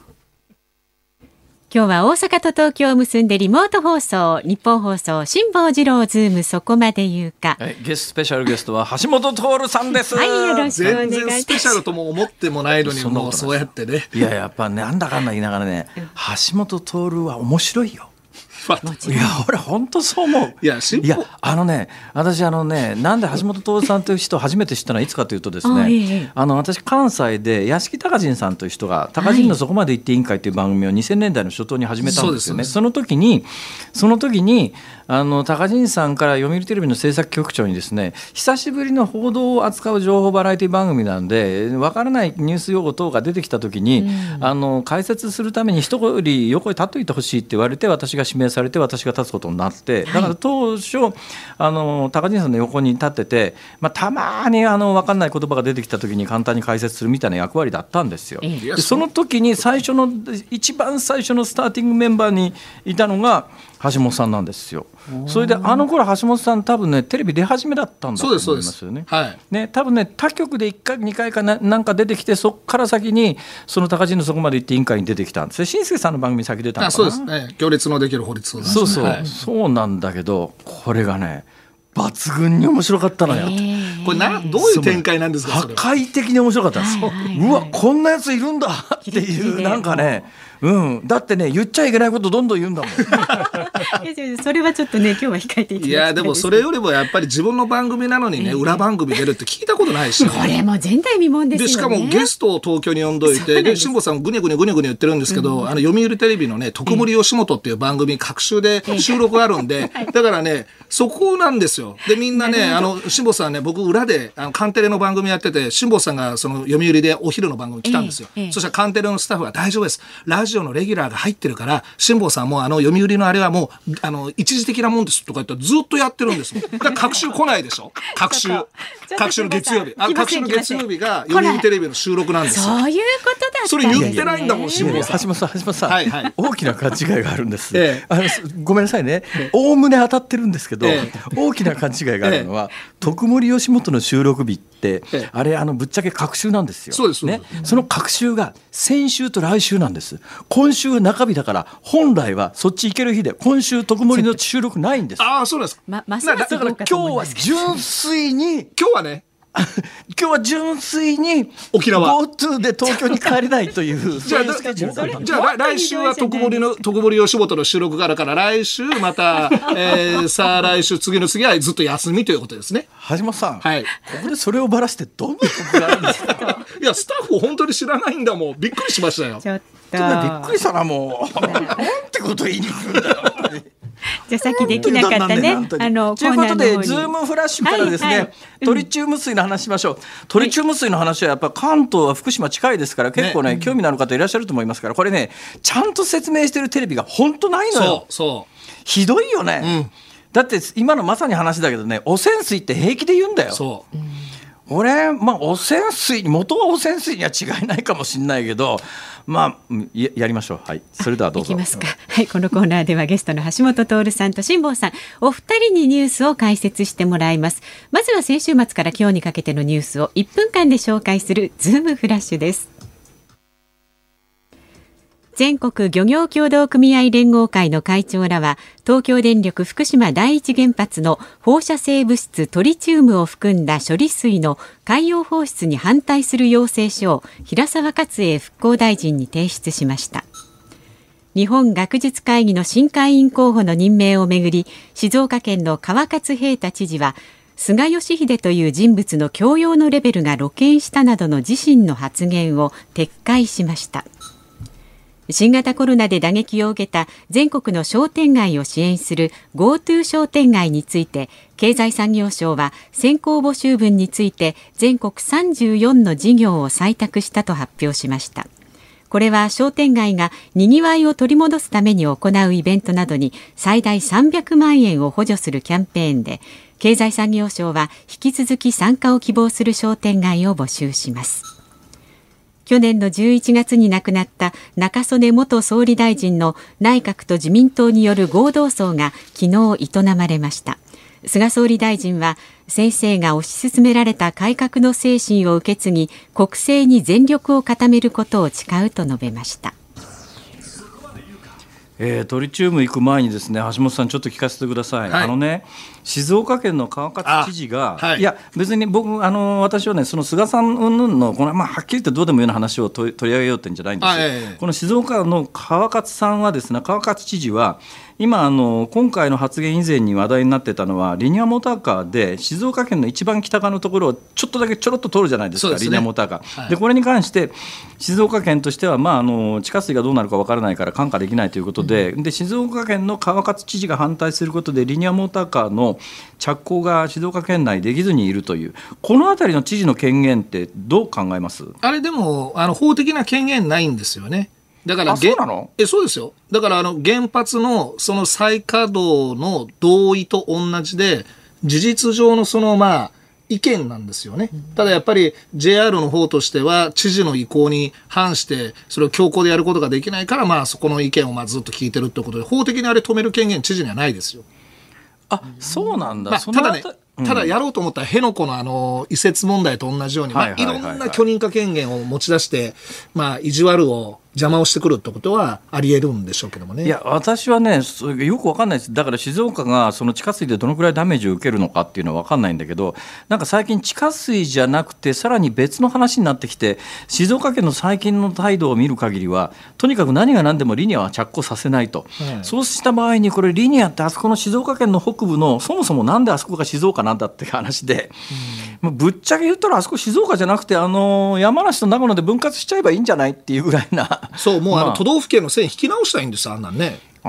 今日は大阪と東京を結んでリモート放送、日本放送辛坊治郎ズームそこまで言うか。 スペシャルゲストは橋本徹さんです。 はい、よろしくお願いします。 全然スペシャルとも思ってもないのにもうそうやってね。 やっぱなんだかんだ言いながらね、橋本徹は面白いよ。いや俺本当そう思う。私なんで橋本徹さんという人を初めて知ったのはいつかというとですね、私関西で屋敷隆人さんという人が高人のそこまで行って委員会という番組を2000年代の初頭に始めたんですよね。その時に高人さんから読売テレビの制作局長にですね、久しぶりの報道を扱う情報バラエティ番組なんで分からないニュース用語等が出てきた時に、解説するために一人横に立っといてほしいって言われて、私が指名されて私が立つことになって、だから当初高人さんの横に立ってて、たまに分からない言葉が出てきた時に簡単に解説するみたいな役割だったんですよ。でその時に一番最初のスターティングメンバーにいたのが橋本さんなんですよ。それで頃橋本さん多分ねテレビ出始めだったんだと思いますよね。多分ね他局で1回2回かなんか出てきて、そこから先にその高人のそこまで行って委員会に出てきたんです。新助さんの番組先出たのかな。 そうですね、行列のできる法律を、 そうなんだけど、これがね抜群に面白かったのよ。 これどういう展開なんですか。 破壊的に面白かったんです。うわこんなやついるんだっていうなんかね、だってね言っちゃいけないことどんどん言うんだもん。 それはちょっとね今日は控えていただきたいです。 いやでもそれよりもやっぱり自分の番組なのにね、裏番組出るって聞いたことないし、 これも前代未聞ですよね。 でしかもゲストを東京に呼んどいて、で辛坊さんぐねぐね言ってるんですけど、読売テレビのね徳森吉本っていう番組各週で収録があるんで、だからねそこなんですよ。でみんなね辛坊さんね、僕裏でカンテレの番組やってて、辛坊さんがその読売でお昼の番組来たんですよ。そしたらカンテレのスタッフが大丈夫です、ラジオのレギュラーが入ってるから辛坊さんも読売のあれはもう一時的なもんですとか言ったらずっとやってるんですもん。だから各週来ないでしょ。各週の月曜日、各週の月曜日が読売テレビの収録なんですよ。 そういうことだそれ言ってないんだもん、辛坊さん。 橋本さん、 はいはい、 大きな勘違いがあるんです。ごめんなさいね。おおむね当たってるんですけど、大きな勘違いがあるのは、徳森吉本の収録日って、あれぶっちゃけ隔週なんですよ。 そうですね。 その隔週が先週と来週なんです。今週中日だから本来はそっち行ける日で、今週徳森の収録ないんです。 ああ、そうです。 だから今日は純粋に今日はね今日は純粋に沖縄 GoTo で東京に帰れないというじゃあ来週は徳森吉本の収録があるから、来週また、さあ来週次の次はずっと休みということですね。 橋本さん、 はい、 ここでそれをばらしてどんなことがあるんですか。 いや、スタッフ本当に知らないんだもん。びっくりしましたよ。 ちょっとびっくりしたな、もうなんてこと言いに来るんだよ。 じゃあさっきできなかったね。 ということでズームフラッシュからですね、トリチウム水の話しましょう。トリチウム水の話はやっぱ関東は福島近いですから結構ね、興味のある方いらっしゃると思いますから、これねちゃんと説明してるテレビが本当ないのよ。 そうひどいよね、だって今のまさに話だけどね、汚染水って平気で言うんだよ。そう俺、汚染水に元は汚染水には違いないかもしれないけど、やりましょう。はい、それではどうぞ。 いきますか。はい、このコーナーではゲストの橋本徹さんと辛坊さん、お二人にニュースを解説してもらいます。まずは先週末から今日にかけてのニュースを1分間で紹介するズームフラッシュです。全国漁業協同組合連合会の会長らは、東京電力福島第一原発の放射性物質トリチウムを含んだ処理水の海洋放出に反対する要請書を平沢勝栄復興大臣に提出しました。日本学術会議の新会員候補の任命をめぐり、静岡県の川勝平太知事は、菅義偉という人物の教養のレベルが露見したなどの自身の発言を撤回しました。新型コロナで打撃を受けた全国の商店街を支援する GoTo 商店街について、経済産業省は先行募集分について全国34の事業を採択したと発表しました。これは商店街がにぎわいを取り戻すために行うイベントなどに最大300万円を補助するキャンペーンで、経済産業省は引き続き参加を希望する商店街を募集します。去年の11月に亡くなった中曽根元総理大臣の内閣と自民党による合同葬が昨日営まれました。菅総理大臣は、先生が推し進められた改革の精神を受け継ぎ、国政に全力を固めることを誓うと述べました。 トリチウム行く前にですね、橋本さんちょっと聞かせてください。静岡県の川勝知事が、いや別に私はね、その菅さん云々のはっきり言ってどうでもいいような話を取り上げようってんじゃないんですよ。この静岡の川勝さんはですね、川勝知事は今今回の発言以前に話題になってたのは、リニアモーターカーで静岡県の一番北側のところをちょっと通るじゃないですか、リニアモーターカー、でこれに関して静岡県としては、地下水がどうなるか分からないから看過できないということで、静岡県の川勝知事が反対することでリニアモーターカーの着工が静岡県内できずにいるという、このあたりの知事の権限ってどう考えます？ あれでも法的な権限ないんですよね。だからそうなの？ そうですよ。だから原発のその再稼働の同意と同じで、事実上のその意見なんですよね。ただやっぱり JR の方としては知事の意向に反してそれを強行でやることができないから、そこの意見をずっと聞いてるということで、法的にあれ止める権限知事にはないですよ。 そうなんだ。 ただね、ただやろうと思ったら辺野古の移設問題と同じように、いろんな許認可権限を持ち出して、意地悪を邪魔をしてくるってことはありえるんでしょうけどもね。 いや私はね、よく分かんないです。だから静岡がその地下水でどのくらいダメージを受けるのかっていうのは分かんないんだけど、なんか最近地下水じゃなくてさらに別の話になってきて、静岡県の最近の態度を見る限りは、とにかく何が何でもリニアは着工させないと、そうした場合にこれリニアってあそこの静岡県の北部のそもそもなんであそこが静岡なんだって話で、ぶっちゃけ言ったらあそこ静岡じゃなくて山梨と長野で分割しちゃえばいいんじゃないっていうぐらいな。 そう、もう都道府県の線引き直したいんですよ、あんなんね。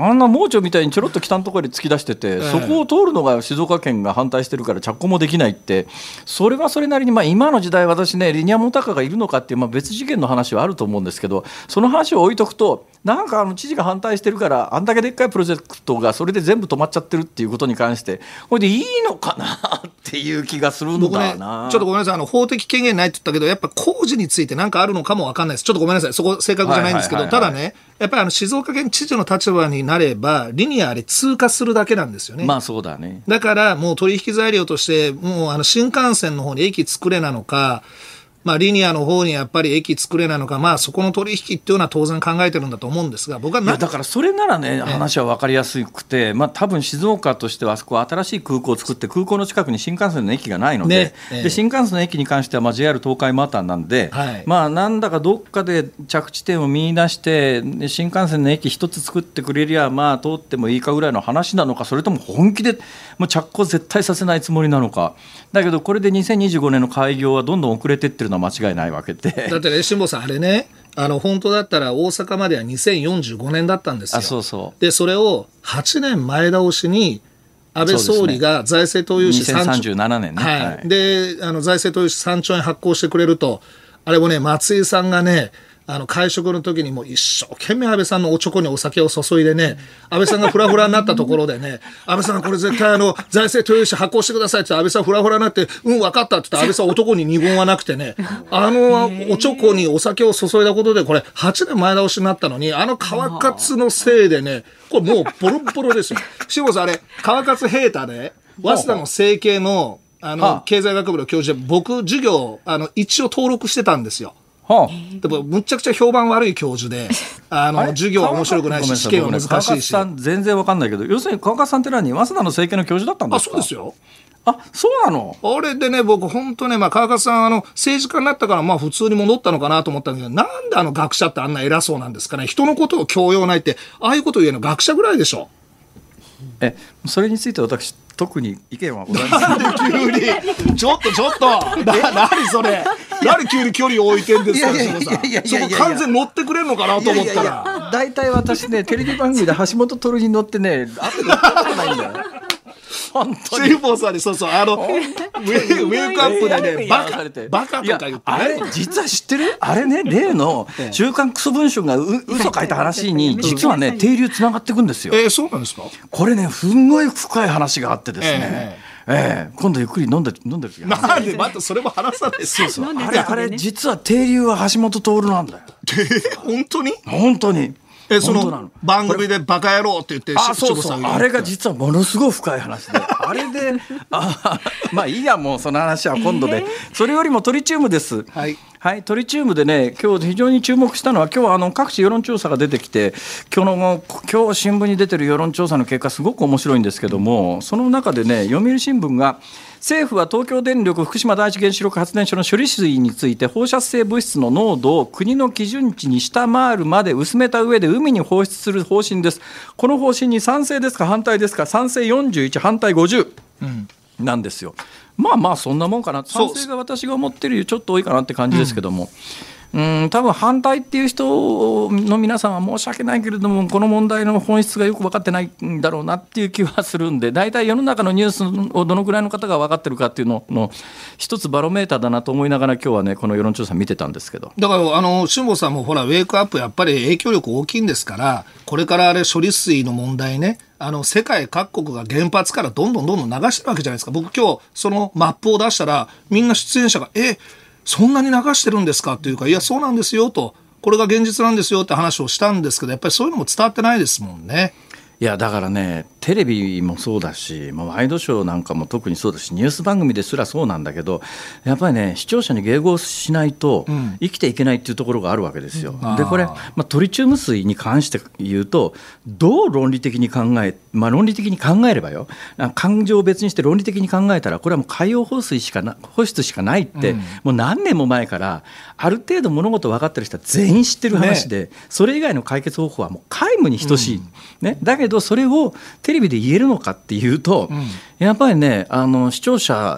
あんな盲腸みたいにちょろっと北のところに突き出してて、そこを通るのが静岡県が反対してるから着工もできないって、それはそれなりに、今の時代私ねリニアモーターカーがいるのかっていう、別次元の話はあると思うんですけど、その話を置いとくと、なんか知事が反対してるからあんだけでっかいプロジェクトがそれで全部止まっちゃってるっていうことに関して、これでいいのかなっていう気がするんだな。僕ね、 ちょっとごめんなさい、法的権限ないって言ったけど、やっぱ工事について何かあるのかも分かんないです。ちょっとごめんなさい、そこ正確じゃないんですけど、ただね、やっぱり静岡県知事の立場になればリニアあれ通過するだけなんですよね。 そうだね。 だからもう取引材料としてもう新幹線の方に駅作れなのか、リニアの方にやっぱり駅作れなのか、そこの取引っていうのは当然考えてるんだと思うんですが、僕はだからそれならね、話は分かりやすくて、多分静岡としてはあそこ新しい空港を作って、空港の近くに新幹線の駅がないので、で新幹線の駅に関してはJR 東海マターなんで、なんだかどっかで着地点を見出して新幹線の駅一つ作ってくれりゃ通ってもいいかぐらいの話なのか、それとも本気でもう着工絶対させないつもりなのか。だけどこれで2025年の開業はどんどん遅れていってるのは間違いないわけで、 だってね、辛坊さんあれね、本当だったら大阪までは2045年だったんですよ。でそれを8年前倒しに安倍総理が財政投融資 2037年ね、 で財政投融資3兆円発行してくれると、あれもね松井さんがね会食の時にもう一生懸命安倍さんのおちょこにお酒を注いでね、安倍さんがフラフラになったところでね、安倍さんこれ絶対財政投融資発行してくださいって言って、安倍さんフラフラになって分かったって言ったら、安倍さん男に二言はなくてね、おちょこにお酒を注いだことでこれ8年前倒しになったのに、川勝のせいでね、これもうボロボロですよ。辛坊さんあれ川勝平太で早稲田の政経の経済学部の教授で、僕授業一応登録してたんですよ。でもむちゃくちゃ評判悪い教授で、授業は面白くないし試験は難しいし。 川勝さん全然わかんないけど、要するに川勝さんって何、早稲田の政経の教授だったんですか？ そうですよ。 そうなの？ あれでね、僕本当ね、川勝さん政治家になったから普通に戻ったのかなと思ったんだけど、なんで学者ってあんな偉そうなんですかね。人のことを強要ないって、ああいうことを言うの学者ぐらいでしょ。 それについて私特に意見はございません。 なんで急にちょっと何それ、何急に距離を置いてんですか。そこ完全に乗ってくれるのかなと思ったら、 大体私ねテレビ番組で橋本徹に乗ってね、後で乗ったことないんだよ。本当に辛坊さんにウェークアップでね、バカとか言って、 あれ実は知ってる？あれね、例の週刊クソ文春が嘘書いた話に実はね定流つながっていくんですよ。 そうなんですか？ これねすんごい深い話があってですね、今度ゆっくり飲んでる時なんでまたそれも話さないですよ。 あれ実は定流は橋本徹なんだよ。 本当に？ 本当に。 その番組でバカ野郎って言ってあれが実はものすごい深い話で、あれでいいや、もうその話は今度で、それよりもトリチウムです。トリチウムでね、今日非常に注目したのは、今日各地世論調査が出てきて、今日新聞に出てる世論調査の結果すごく面白いんですけども、その中でね、読売新聞が政府は東京電力福島第一原子力発電所の処理水について放射性物質の濃度を国の基準値に下回るまで薄めた上で海に放出する方針です。この方針に賛成ですか反対ですか？賛成41反対50、なんですよ。そんなもんかな。賛成が私が思ってるよりちょっと多いかなって感じですけども、多分反対っていう人の皆さんは申し訳ないけれども、この問題の本質がよく分かってないんだろうなっていう気はするんで、大体世の中のニュースをどのくらいの方が分かってるかっていうのの一つバロメーターだなと思いながら今日はねこの世論調査見てたんですけど、 だから辛坊さんもほらウェイクアップやっぱり影響力大きいんですから、これから処理水の問題ね、世界各国が原発からどんどん流してるわけじゃないですか。僕今日そのマップを出したら、みんな出演者がそんなに流してるんですかっていうか、いやそうなんですよと、これが現実なんですよって話をしたんですけど、やっぱりそういうのも伝わってないですもんね。 いやだからね、テレビもそうだし、ワイドショーなんかも特にそうだし、ニュース番組ですらそうなんだけど、やっぱりね視聴者に迎合しないと生きていけないっていうところがあるわけですよ。でこれ、トリチウム水に関して言うと、どう論理的に考え、論理的に考えればよ、感情を別にして論理的に考えたら、これはもう海洋放出しかないって、もう何年も前からある程度物事分かってる人は全員知ってる話で、それ以外の解決方法はもう皆無に等しい、だけどそれをテレビで言えるのかっていうと、やっぱりね視聴者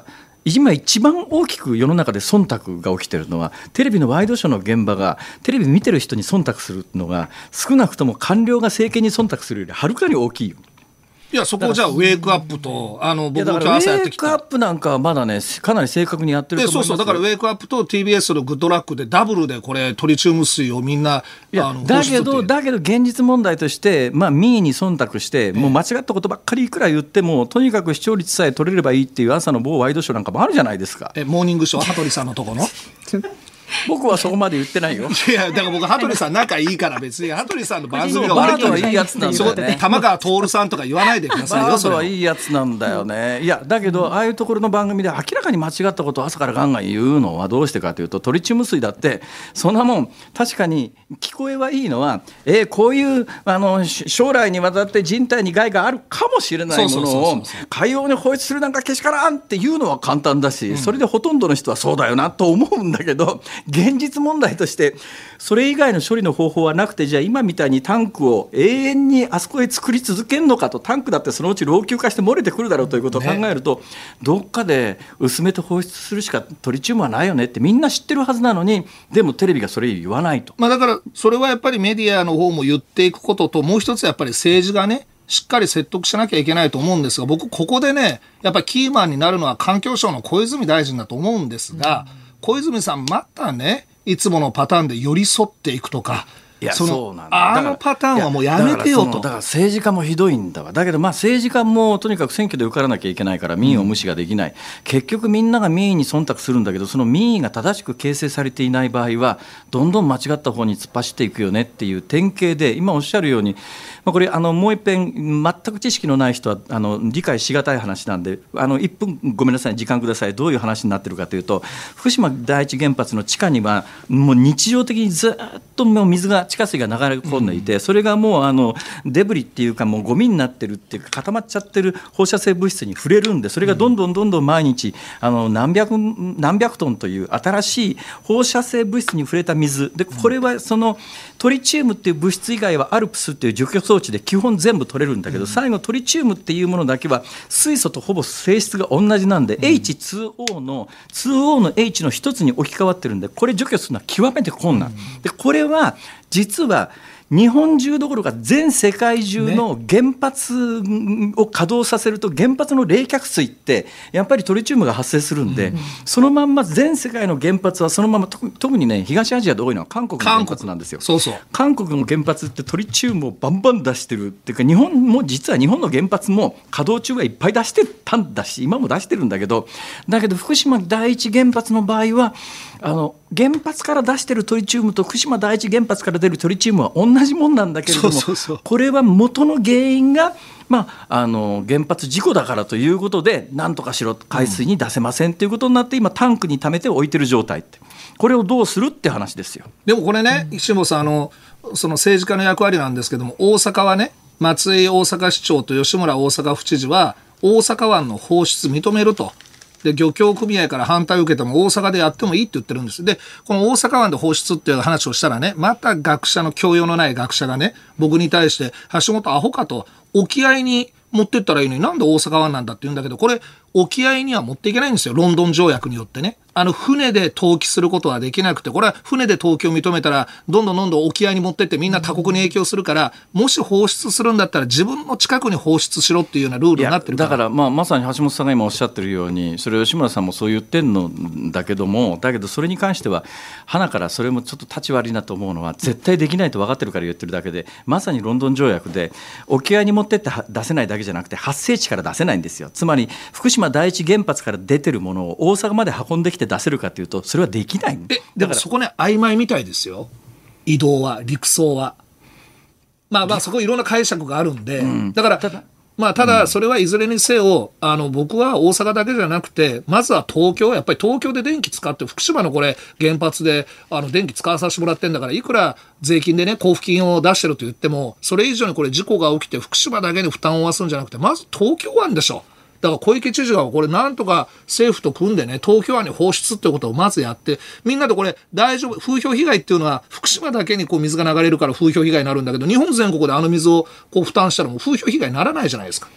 今一番大きく世の中で忖度が起きてるのは、テレビのワイドショーの現場がテレビ見てる人に忖度するのが、少なくとも官僚が政権に忖度するよりはるかに大きいよ。 いや、そこをじゃあウェイクアップと僕も今日朝やってきたウェイクアップなんかはまだね、かなり正確にやってると思いますよ。 そうだからウェイクアップと TBS のグッドラックでダブルでこれトリチウム水をみんなだけど現実問題として、民意に忖度して、もう間違ったことばっかりいくら言っても、とにかく視聴率さえ取れればいいっていう朝の某ワイドショーなんかもあるじゃないですか。 モーニングショー羽鳥さんのとこの僕はそこまで言ってないよ。 いや、だから僕羽鳥さん仲いいから別に羽鳥さんの番組がバードはいいやつなんだよね。 玉川徹さんとか言わないでくださいよ。 バードはいいやつなんだよね。いやだけど、ああいうところの番組で明らかに間違ったことを朝からガンガン言うのはどうしてかというと、トリチウム水だってそんなもん確かに聞こえはいいのは、こういう将来にわたって人体に害があるかもしれないものを海洋に放出するなんかけしからんっていうのは簡単だし、それでほとんどの人はそうだよなと思うんだけど、現実問題としてそれ以外の処理の方法はなくて、じゃあ今みたいにタンクを永遠にあそこへ作り続けるのかと。タンクだってそのうち老朽化して漏れてくるだろうということを考えると、どっかで薄めて放出するしかトリチウムはないよねってみんな知ってるはずなのに、でもテレビがそれ言わないと。 だからそれはやっぱりメディアの方も言っていくことと、もう一つやっぱり政治がねしっかり説得しなきゃいけないと思うんですが、僕ここでねやっぱりキーマンになるのは環境省の小泉大臣だと思うんですが、小泉さんまたねいつものパターンで寄り添っていくとか、 そうなんだ。 パターンはもうやめてよと。 だから政治家もひどいんだわ。だけど政治家もとにかく選挙で受からなきゃいけないから民意を無視ができない、結局みんなが民意に忖度するんだけど、その民意が正しく形成されていない場合はどんどん間違った方に突っ走っていくよねっていう典型で、今おっしゃるように、これもう一遍全く知識のない人は理解しがたい話なんで、1分ごめんなさい時間ください。どういう話になってるかというと、福島第一原発の地下にはもう日常的にずっともう水が地下水が流れ込んでいて、それがもうデブリっていうかもうゴミになってるっていうか固まっちゃってる放射性物質に触れるんで、それがどんどん毎日何百トンという新しい放射性物質に触れた水で、これはそのトリチウムっていう物質以外はアルプスっていう除去装置で基本全部取れるんだけど、最後トリチウムっていうものだけは水素とほぼ性質が同じなんで、H2O の H の一つに置き換わってるんで、これ除去するのは極めて困難で、これは実は日本中どころか全世界中の原発を稼働させると、原発の冷却水ってやっぱりトリチウムが発生するんで、そのまんま全世界の原発はそのまま、特にね東アジアで多いのは韓国の原発なんですよ。韓国の原発ってトリチウムをバンバン出してるっていうか、日本も実は日本の原発も稼働中はいっぱい出してたんだし、今も出してるんだけど福島第一原発の場合は原発から出してるトリチウムと福島第一原発から出るトリチウムは同じもんなんだけれども、これは元の原因が、原発事故だからということで、なんとかしろ海水に出せませんということになって、今タンクに溜めて置いてる状態って、これをどうするって話ですよ。 でもこれね、石本さんその政治家の役割なんですけども、大阪はね松井大阪市長と吉村大阪府知事は大阪湾の放出認めると。で漁協組合から反対を受けても大阪でやってもいいって言ってるんです。でこの大阪湾で放出っていう話をしたらね、また教養のない学者がね僕に対して橋本アホかと、沖合に持ってったらいいのになんで大阪湾なんだって言うんだけど、これ沖合には持っていけないんですよ、ロンドン条約によってね。船で投棄することはできなくて、これは船で投棄を認めたらどんどん沖合に持ってってみんな他国に影響するから、もし放出するんだったら自分の近くに放出しろっていうようなルールになってるから。 だからまさに橋本さんが今おっしゃってるように、それ吉村さんもそう言ってんのだけどそれに関しては花からそれもちょっと立ち悪いなと思うのは、絶対できないと分かってるから言ってるだけで、まさにロンドン条約で沖合に持ってって出せないだけじゃなくて発生地から出せないんですよ。つまり福島第一原発から出てるものを大阪まで運んできて出せるかというと、それはできない。 だからそこね曖昧みたいですよ、移動は陸送は。そこいろんな解釈があるんで、だからただそれはいずれにせよ僕は大阪だけじゃなくて、まずはやっぱり東京で電気使って、福島のこれ原発で電気使わさせてもらってるんだから、いくら税金でね交付金を出してると言っても、それ以上にこれ事故が起きて福島だけに負担を負わすんじゃなくて、まず東京湾でしょ。だから小池知事がこれなんとか政府と組んでね、東京湾に放出ってことをまずやって、みんなでこれ大丈夫、風評被害っていうのは福島だけに水が流れるから風評被害になるんだけど、日本全国で水を負担したらもう風評被害にならないじゃないですか。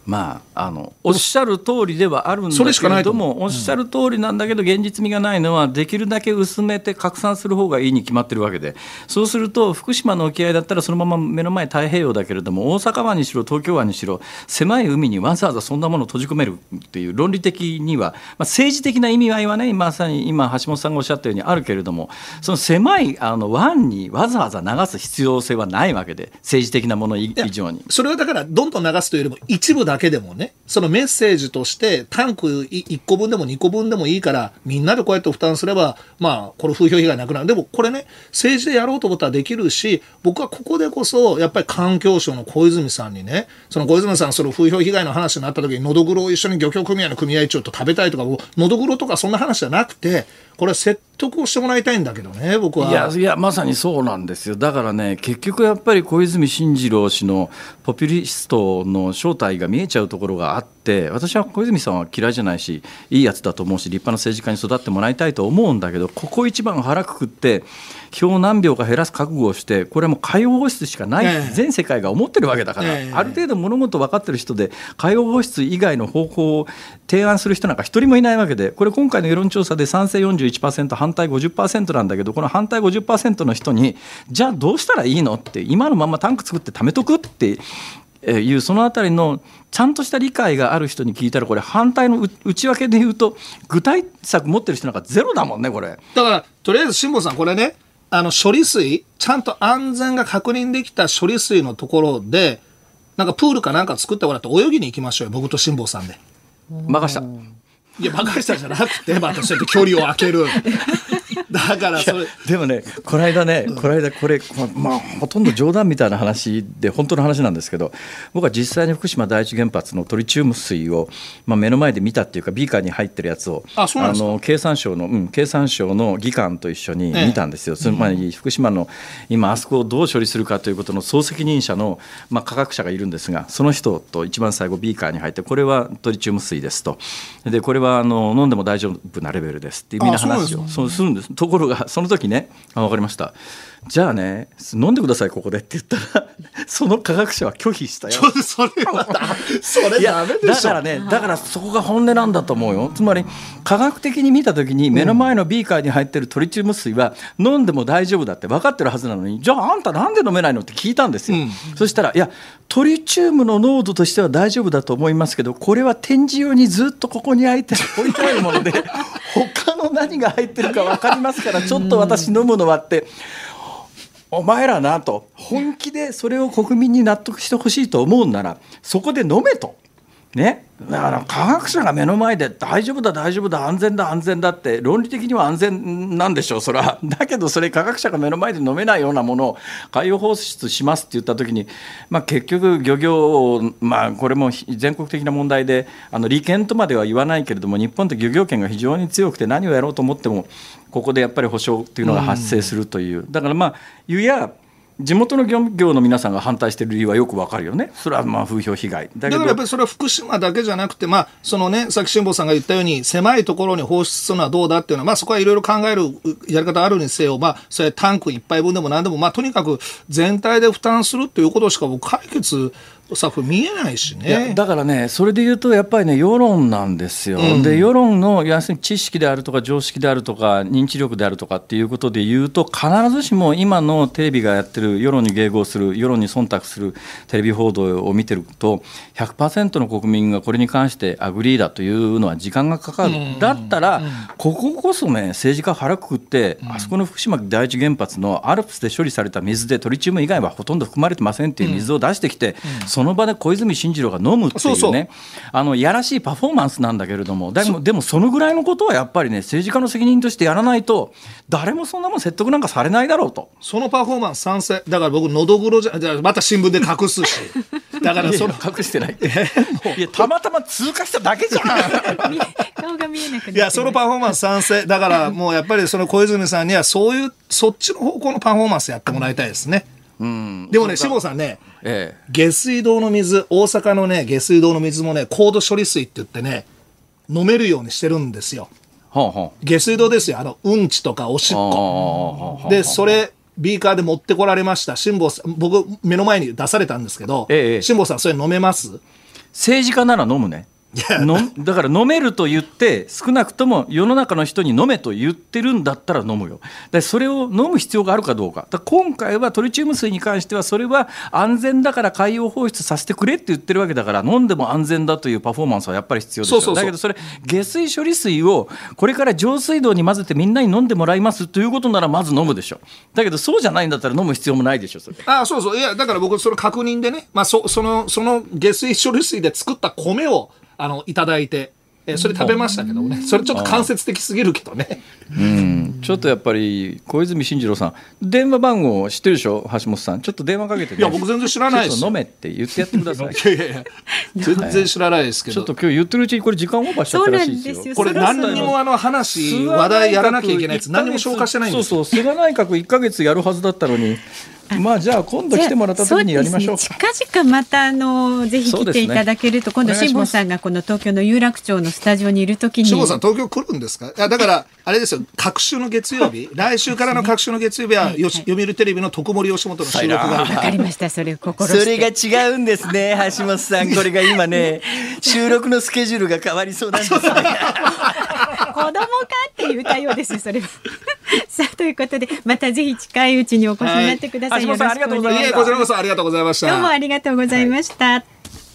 おっしゃる通りではあるんだけれども、おっしゃる通りなんだけど現実味がないのは、できるだけ薄めて拡散する方がいいに決まってるわけで、そうすると福島の沖合だったらそのまま目の前太平洋だけれども、大阪湾にしろ東京湾にしろ狭い海にわざわざそんなものを閉じ込めるっていう論理的には、政治的な意味合いはね、まさに今橋本さんがおっしゃったようにあるけれども、その狭い湾にわざわざ流す必要性はないわけで、政治的なもの以上に。 それはだからどんどん流すというよりも一部だけでもね、そのメッセージとしてタンク1個分でも2個分でもいいからみんなでこうやって負担すれば、これ風評被害なくなる。でもこれね、政治でやろうと思ったらできるし、僕はここでこそやっぱり環境省の小泉さんにね、その小泉さんその風評被害の話になった時にノドグロを一緒に漁協組合の組合長と食べたいとか、ノドグロとかそんな話じゃなくて、これは説得をしてもらいたいんだけどね、僕は。 いやまさにそうなんですよ。だからね、結局やっぱり小泉進次郎氏のポピュリストの正体が見えちゃうところがあって、私は小泉さんは嫌いじゃないし、いいやつだと思うし、立派な政治家に育ってもらいたいと思うんだけど、ここ一番腹くくって票を何秒か減らす覚悟をして、これはもう海洋放出しかない、全世界が思ってるわけだから、ある程度物事分かってる人で海洋放出以外の方法を提案する人なんか一人もいないわけで、これ今回の世論調査で賛成41%反対 50% なんだけど、この反対 50% の人にじゃあどうしたらいいのって、今のままタンク作って貯めとくっていう、そのあたりのちゃんとした理解がある人に聞いたら、これ反対の内訳で言うと具体策持ってる人なんかゼロだもんね、これ。 だからとりあえず辛坊さん、これね、処理水ちゃんと安全が確認できた処理水のところでなんかプールかなんか作ってもらって泳ぎに行きましょうよ、僕と辛坊さんで。 任した。 いや任したじゃなくて、またそうやって距離を空けるだからそれでもね、この間これ、ほとんど冗談みたいな話で本当の話なんですけど、僕は実際に福島第一原発のトリチウム水を、目の前で見たっていうか、ビーカーに入ってるやつを経産省の技官と一緒に見たんですよ。つまり福島の今あそこをどう処理するかということの総責任者の、科学者がいるんですが、その人と一番最後ビーカーに入って、これはトリチウム水ですと、でこれは飲んでも大丈夫なレベルですっていうみんな話をそうするんです。ところがその時ね、分かりました、じゃあね飲んでくださいここでって言ったらその科学者は拒否したよ。 それダメでしょ。 だからそこが本音なんだと思うよ。つまり科学的に見た時に目の前のビーカーに入ってるトリチウム水は飲んでも大丈夫だって分かってるはずなのに、じゃああんたなんで飲めないのって聞いたんですよ。そしたら、いやトリチウムの濃度としては大丈夫だと思いますけど、これは展示用にずっとここに置いてあるもので他の何が入ってるか分かりますから、ちょっと私飲むのはって、お前らなと、本気でそれを国民に納得してほしいと思うならそこで飲めとね。だから科学者が目の前で大丈夫だ安全だって論理的には安全なんでしょう、それは。だけどそれ科学者が目の前で飲めないようなものを海洋放出しますって言った時に、結局漁業、これも全国的な問題で利権とまでは言わないけれども、日本って漁業権が非常に強くて、何をやろうと思ってもここでやっぱり保障っていうのが発生するという。だから地元の漁業の皆さんが反対している理由はよくわかるよね。それは風評被害だけど、 だからやっぱりそれは福島だけじゃなくて、そのね、さっき辛坊さんが言ったように狭いところに放出するのはどうだっていうのは、そこはいろいろ考えるやり方あるにせよ、それタンク1杯分でも何でも、とにかく全体で負担するっていうことしか僕解決策見えないしね。 いやだからね、それで言うとやっぱりね、世論なんですよ。で世論の要するに知識であるとか常識であるとか認知力であるとかっていうことで言うと、必ずしも今のテレビがやってる世論に迎合する、世論に忖度するテレビ報道を見てると 100% の国民がこれに関してアグリーだというのは時間がかかる。だったらこここそね、政治家腹くくって、あそこの福島第一原発のアルプスで処理された水でトリチウム以外はほとんど含まれてませんっていう水を出してきて、その場で小泉進次郎が飲むっていうね、やらしいパフォーマンスなんだけれども、でもそのぐらいのことはやっぱりね、政治家の責任としてやらないと誰もそんなもん説得なんかされないだろうと。 そのパフォーマンス賛成。だから僕のどぐろじゃまた新聞で隠すしだからその隠してないいやたまたま通過しただけじゃん顔が見えなくなって。 いやそのパフォーマンス賛成だから、もうやっぱりその小泉さんにはそっちの方向のパフォーマンスやってもらいたいですね。でもね、辛坊さんね、下水道の水、大阪のね下水道の水もね、高度処理水って言ってね、飲めるようにしてるんですよ。下水道ですよ、うんちとかおしっこで、それビーカーで持ってこられました。辛坊さん、僕目の前に出されたんですけど、辛坊さんそれ飲めます？ 政治家なら飲むね。だから飲めると言って少なくとも世の中の人に飲めと言ってるんだったら飲むよ。でそれを飲む必要があるかどうか。だから今回はトリチウム水に関してはそれは安全だから海洋放出させてくれって言ってるわけだから、飲んでも安全だというパフォーマンスはやっぱり必要ですよ。だけどそれ下水処理水をこれから上水道に混ぜてみんなに飲んでもらいますということならまず飲むでしょ。だけどそうじゃないんだったら飲む必要もないでしょ。それそういやだから僕その確認でね、その下水処理水で作った米をいただいて、それ食べましたけどね。それちょっと間接的すぎるけどね。 ちょっとやっぱり小泉進次郎さん電話番号知ってるでしょ。橋本さんちょっと電話かけてね。 いや僕全然知らないです。 ちょっと飲めって言ってやってください。 いや全然知らないですけど、 ちょっと今日言ってるうちにこれ時間オーバーしちゃったらしいですよ。 これ何にも話題やらなきゃいけないやつ何にも消化してないんです。 そう菅内閣1ヶ月やるはずだったのにじゃあ今度来てもらった時にやりましょう。 近々またぜひ来ていただけると、今度辛坊さんがこの東京の有楽町のスタジオにいる時に。 辛坊さん東京来るんですか。だからあれですよ、隔週の月曜日来週からの隔週の月曜日は読売テレビの徳森吉本の収録がわかりました。それ心してそれが違うんですね橋本さん。これが今ね収録のスケジュールが変わりそうなんですね。 子供かって言ったようですそれは。さあということでまたぜひ近いうちにお越しになってください。 橋本さんありがとうございました。 こちらこそありがとうございました。 どうもありがとうございました。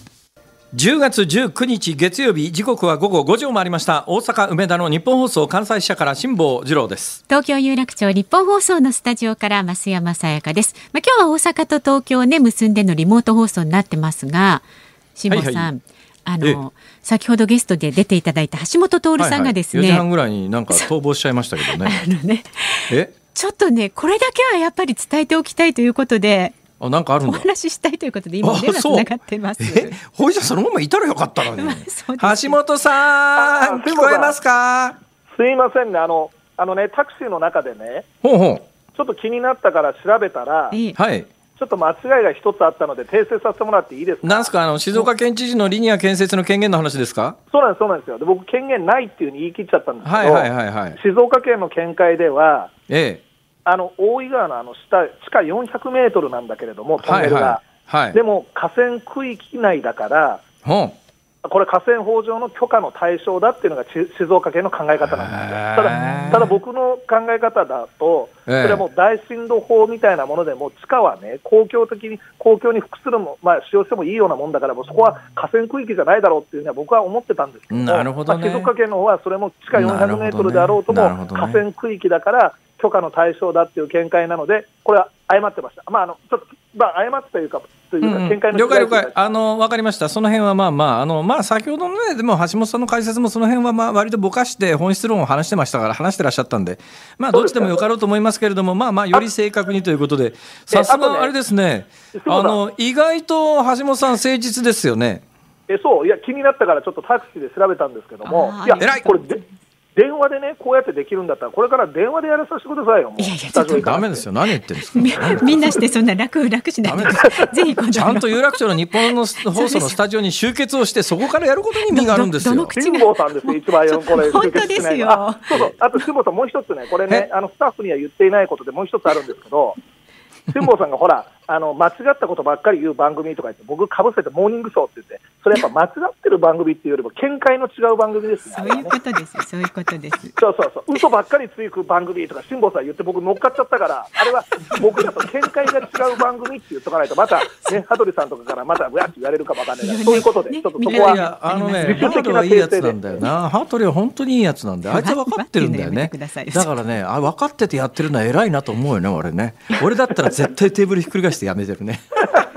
10月19日月曜日、時刻は午後5時を回りました。大阪梅田の日本放送関西支社から辛坊治郎です。 東京有楽町日本放送のスタジオから増山さやかです。今日は大阪と東京をね結んでのリモート放送になってますが、辛坊さん、先ほどゲストで出ていただいた橋本徹さんがですね、 4時半ぐらいになんか逃亡しちゃいましたけどね。 ちょっとねこれだけはやっぱり伝えておきたいということで、 なんかあるんだ。 お話ししたいということで今電話つながってます。 ほいじゃそのままいたらよかったのに。橋本さん聞こえますか。 すいませんね、タクシーの中でねちょっと気になったから調べたら、ちょっと間違いが一つあったので訂正させてもらっていいですか。 なんすか静岡県知事のリニア建設の権限の話ですか。 そうなんですよ。で僕権限ないっていうふうに言い切っちゃったんですけど、静岡県の見解では、大井川の下地下400メートルなんだけれどもトンネルが、でも河川区域内だから、これ河川法上の許可の対象だっていうのが静岡県の考え方なんですよ。ただ僕の考え方だと、それはもう大震度法みたいなものでも地下はね公共に服するも、使用してもいいようなもんだから、もうそこは河川区域じゃないだろうっていうのは僕は思ってたんですけども、 なるほどね。 静岡県の方はそれも地下400メートルであろうとも、河川区域だから許可の対象だっていう見解なので、これは誤ってました。ちょっと誤ってというか見解の了解わかりました。その辺は先ほどのねでも橋本さんの解説もその辺は割とぼかして本質論を話してましたから、話してらっしゃったんで、どっちでもよかろうと思いますけれども、より正確にということで、さすがあれですね、意外と橋本さん誠実ですよね。 そういや気になったからちょっとタクシーで調べたんですけども、いやこれ電話でねこうやってできるんだったらこれから電話でやらさせてくださいよ。もうちょっとダメですよ。何言ってるんですか。 みんなしてそんな楽しないでぜひちゃんと有楽町の日本の放送のスタジオに集結をしてそこからやることに意味があるんですよ。 辛坊さんですよ一番これ本当ですよ。 あと辛坊さんもう一つねこれねスタッフには言っていないことでもう一つあるんですけど、辛坊さんがほら間違ったことばっかり言う番組とか言って僕かぶせてモーニングショーって言って、それやっぱ間違ってる番組っていうよりも見解の違う番組ですね。 そういうことです。そういうことです。 そう嘘ばっかりついく番組とか辛坊さん言って僕乗っかっちゃったから、あれは僕だと見解が違う番組って言っとかないとまたね羽鳥さんとかからまたうわって言われるかもわかんないから、そういうことでちょっとそこは羽鳥はいいやつなんだよな。羽鳥は本当にいいやつなんだよ。あいつは分かってるんだよね。だからね分かっててやってるのは偉いなと思うよね俺ね。俺だったら絶対テーブルひっくり返してやめてるね。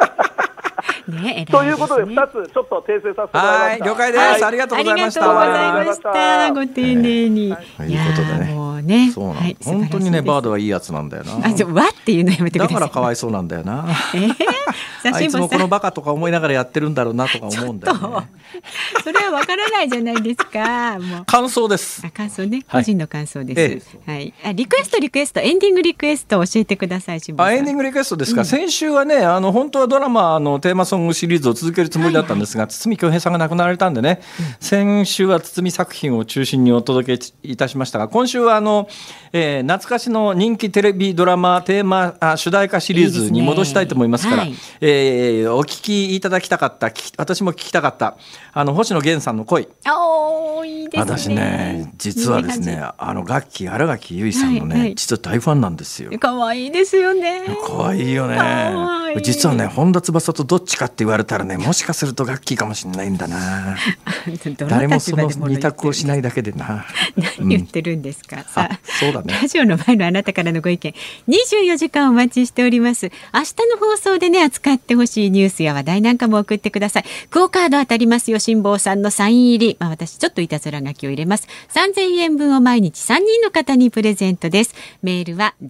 ということで2つちょっと訂正させてもらいました。 はい了解です、ありがとうございました。 ありがとうございました。ご丁寧に、 ということでね、もうねそうなん、本当にねバードはいいやつなんだよな。 わっていうのやめてください。 だからかわいそうなんだよな。あいつもこのバカとか思いながらやってるんだろうなとか思うんだよね。 それはわからないじゃないですか。もう感想です。 感想ね、個人の感想です。リクエストエンディングリクエストを教えてください。エンディングリクエストですか。先週はね本当はドラマのテーマソングシリーズを続けるつもりだったんですが、堤恭平さんが亡くなられたんでね、先週は堤作品を中心にお届けいたしましたが、今週は懐かしの人気テレビドラマテーマ主題歌シリーズに戻したいと思いますから、 お聞きいただきたかった、私も聞きたかった星野源さんの恋。 いいですね。 私ね、実はですね、新垣結衣さんのね、実は大ファンなんですよ。 可愛いですよね。 可愛いよね。実はね、本田翼とどっちかって言われたらね、もしかするとガッキーかもしれないんだな。誰もその二択をしないだけでな。 何言ってるんですか。さあ、 そうだね。 ラジオの前のあなたからのご意見、24時間お待ちしております。明日の放送でね、扱ってほしいニュースや話題なんかも送ってください。クオカード当たりますよ。辛坊さんのサイン入り、私ちょっといたずら書きを入れます。3000円分を毎日3人の方にプレゼントです。メールは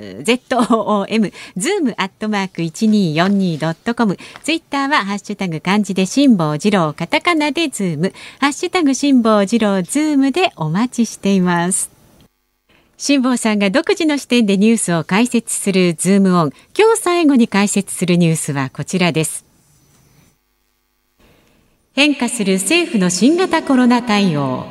zoom@1242.com、 ツイッターはハッシュタグ漢字で辛坊治郎、カタカナでズーム、ハッシュタグ辛坊治郎ズームでお待ちしています。辛坊さんが独自の視点でニュースを解説するズームオン。今日最後に解説するニュースはこちらです。変化する政府の新型コロナ対応。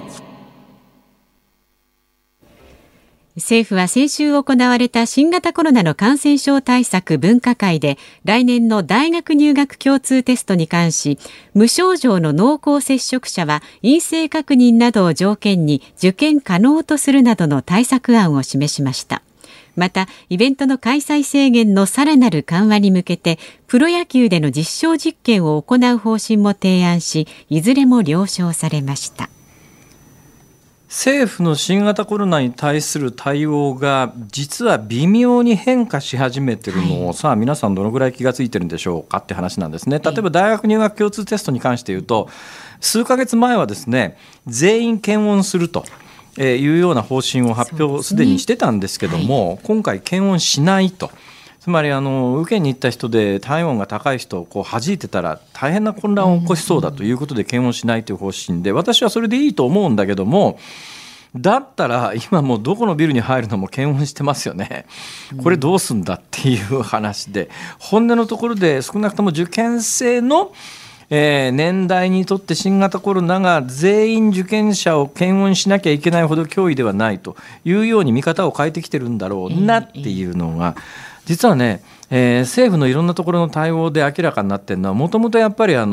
政府は先週行われた新型コロナの感染症対策分科会で、来年の大学入学共通テストに関し、無症状の濃厚接触者は陰性確認などを条件に受験可能とするなどの対策案を示しました。また、イベントの開催制限のさらなる緩和に向けて、プロ野球での実証実験を行う方針も提案し、いずれも了承されました。 政府の新型コロナに対する対応が実は微妙に変化し始めているのを、さあ皆さんどのぐらい気がついてるんでしょうかって話なんですね。例えば大学入学共通テストに関して言うと、数ヶ月前はですね、全員検温するというような方針を発表すでにしてたんですけども、今回検温しないと。つまり受けに行った人で体温が高い人を弾いてたら大変な混乱を起こしそうだということで検温しないという方針で、私はそれでいいと思うんだけども、だったら今もうどこのビルに入るのも検温してますよね。これどうすんだっていう話で、本音のところで少なくとも受験生の年代にとって新型コロナが全員受験者を検温しなきゃいけないほど脅威ではないというように見方を変えてきてるんだろうなっていうのが、実はね、政府のいろんなところの対応で明らかになっているのは、もともとやっぱり今こ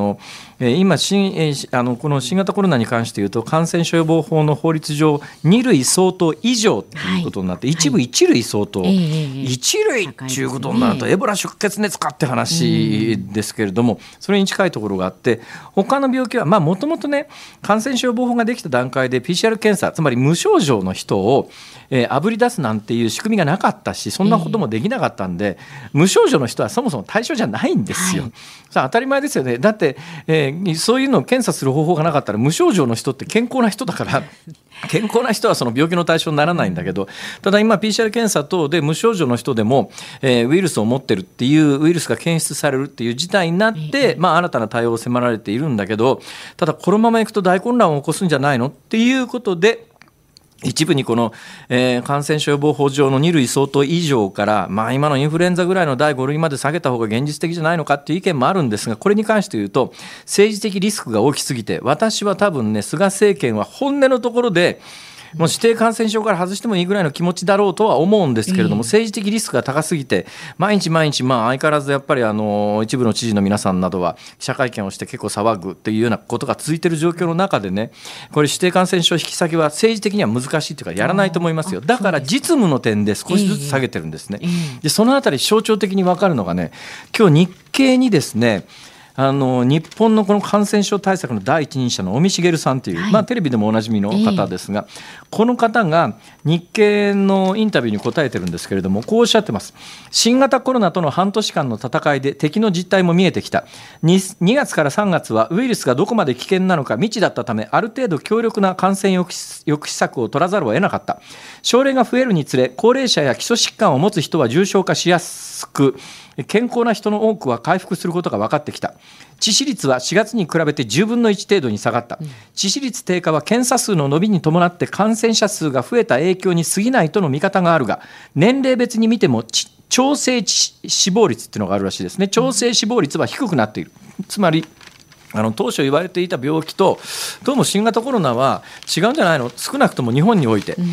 の新型コロナに関して言うと、感染症予防法の法律上2類相当以上ということになって、一部1類相当、1類っていうことになるとエボラ出血熱かって話ですけれども、それに近いところがあって、他の病気はもともとね、感染症予防法ができた段階で PCR 検査、つまり無症状の人をあぶり出すなんていう仕組みがなかったし、そんなこともできなかったんで、無症状の人はそもそも対象じゃないんですよ。さあ当たり前ですよね。だって、そういうのを検査する方法がなかったら、無症状の人って健康な人だから健康な人はその病気の対象にならないんだけど、ただ今 PCR 検査等で無症状の人でも、ウイルスを持ってるっていう、ウイルスが検出されるっていう事態になって、新たな対応を迫られているんだけど、ただこのままいくと大混乱を起こすんじゃないのっていうことで、一部にこの、感染症予防法上の2類相当以上から、今のインフルエンザぐらいの第5類まで下げた方が現実的じゃないのかっていう意見もあるんですが、これに関して言うと政治的リスクが大きすぎて、私は多分ね、菅政権は本音のところでもう指定感染症から外してもいいぐらいの気持ちだろうとは思うんですけれども、政治的リスクが高すぎて、毎日相変わらずやっぱり一部の知事の皆さんなどは記者会見をして結構騒ぐっていうようなことが続いている状況の中でね、これ指定感染症引き下げは政治的には難しいというか、やらないと思いますよ。だから実務の点で少しずつ下げてるんですね。でそのあたり象徴的に分かるのがね、今日日経にですね、日本のこの感染症対策の第一人者の尾身茂さんという、テレビでもおなじみの方ですが、この方が日経のインタビューに答えてるんですけれども、こうおっしゃってます。新型コロナとの半年間の戦いで敵の実態も見えてきた。2月から3月はウイルスがどこまで危険なのか未知だったため、ある程度強力な感染抑止策を取らざるを得なかった。症例が増えるにつれ、高齢者や基礎疾患を持つ人は重症化しやすく、健康な人の多くは回復することが分かってきた。致死率は4月に比べて10分の1程度に下がった。致死率低下は検査数の伸びに伴って感染者数が増えた影響に過ぎないとの見方があるが、年齢別に見ても調整死亡率っていうのがあるらしいですね。調整死亡率は低くなっている。つまり当初言われていた病気とどうも新型コロナは違うんじゃないの、少なくとも日本において。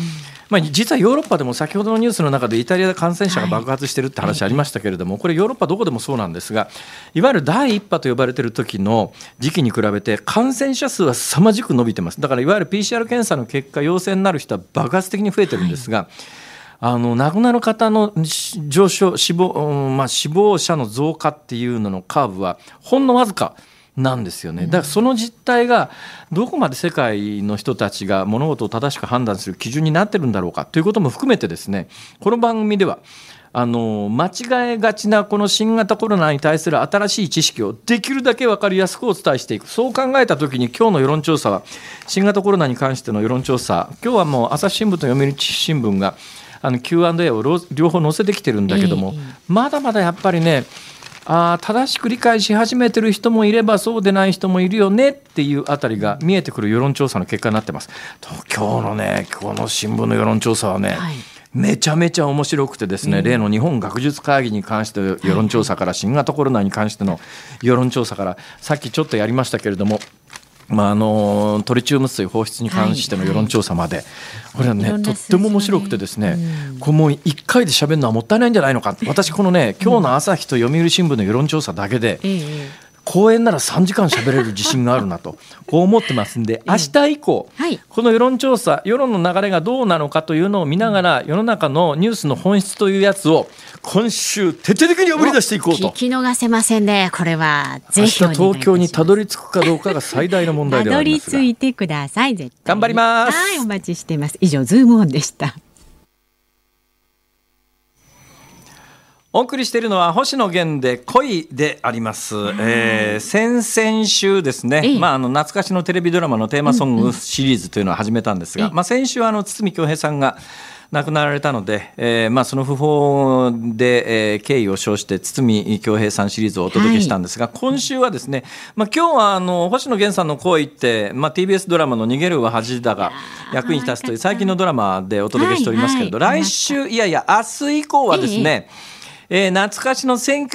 実はヨーロッパでも先ほどのニュースの中でイタリアで感染者が爆発しているって話ありましたけれども、これヨーロッパどこでもそうなんですが、いわゆる第1波と呼ばれている時の時期に比べて感染者数は凄まじく伸びてます。だからいわゆる PCR 検査の結果陽性になる人は爆発的に増えてるんですが、亡くなる方の上昇死亡者の増加っていうののカーブはほんのわずかなんですよね。だからその実態がどこまで世界の人たちが物事を正しく判断する基準になってるんだろうかということも含めてですね、この番組では間違えがちなこの新型コロナに対する新しい知識をできるだけ分かりやすくお伝えしていく。そう考えたときに今日の世論調査は新型コロナに関しての世論調査、今日はもう朝日新聞と読売新聞がQ&A を両方載せてきてるんだけども、まだまだやっぱりね、正しく理解し始めてる人もいればそうでない人もいるよねっていうあたりが見えてくる世論調査の結果になってます。今日のね、この新聞の世論調査はね、めちゃめちゃ面白くてですね、例の日本学術会議に関しての世論調査から、新型コロナに関しての世論調査から、さっきちょっとやりましたけれども、トリチウム水放出に関しての世論調査まで、これはね、とっても面白くてですね、これもう1回で喋るのはもったいないんじゃないのか。私このね、今日の朝日と読売新聞の世論調査だけで、講演なら3時間喋れる自信があるなとこう思ってますんで、明日以降、この世論調査、世論の流れがどうなのかというのを見ながら、世の中のニュースの本質というやつを今週徹底的にあぶり出していこうと。 聞き逃せませんね。これはぜひ明日東京にたどり着くかどうかが最大の問題ではありますが、 たどり着いてください。絶対頑張ります。 はい、お待ちしています。以上ズームオンでした。 お送りしているのは星野源で恋であります。先々週ですね、懐かしのテレビドラマのテーマソングシリーズというのを始めたんですが、先週は堤恭平さんが亡くなられたので、その訃報で、敬意を称して堤恭平さんシリーズをお届けしたんですが、今週はですね、今日は星野源さんの恋って、TBS ドラマの逃げるは恥だが役に立つという最近のドラマでお届けしておりますけれど、来週、明日以降はですね、懐かしの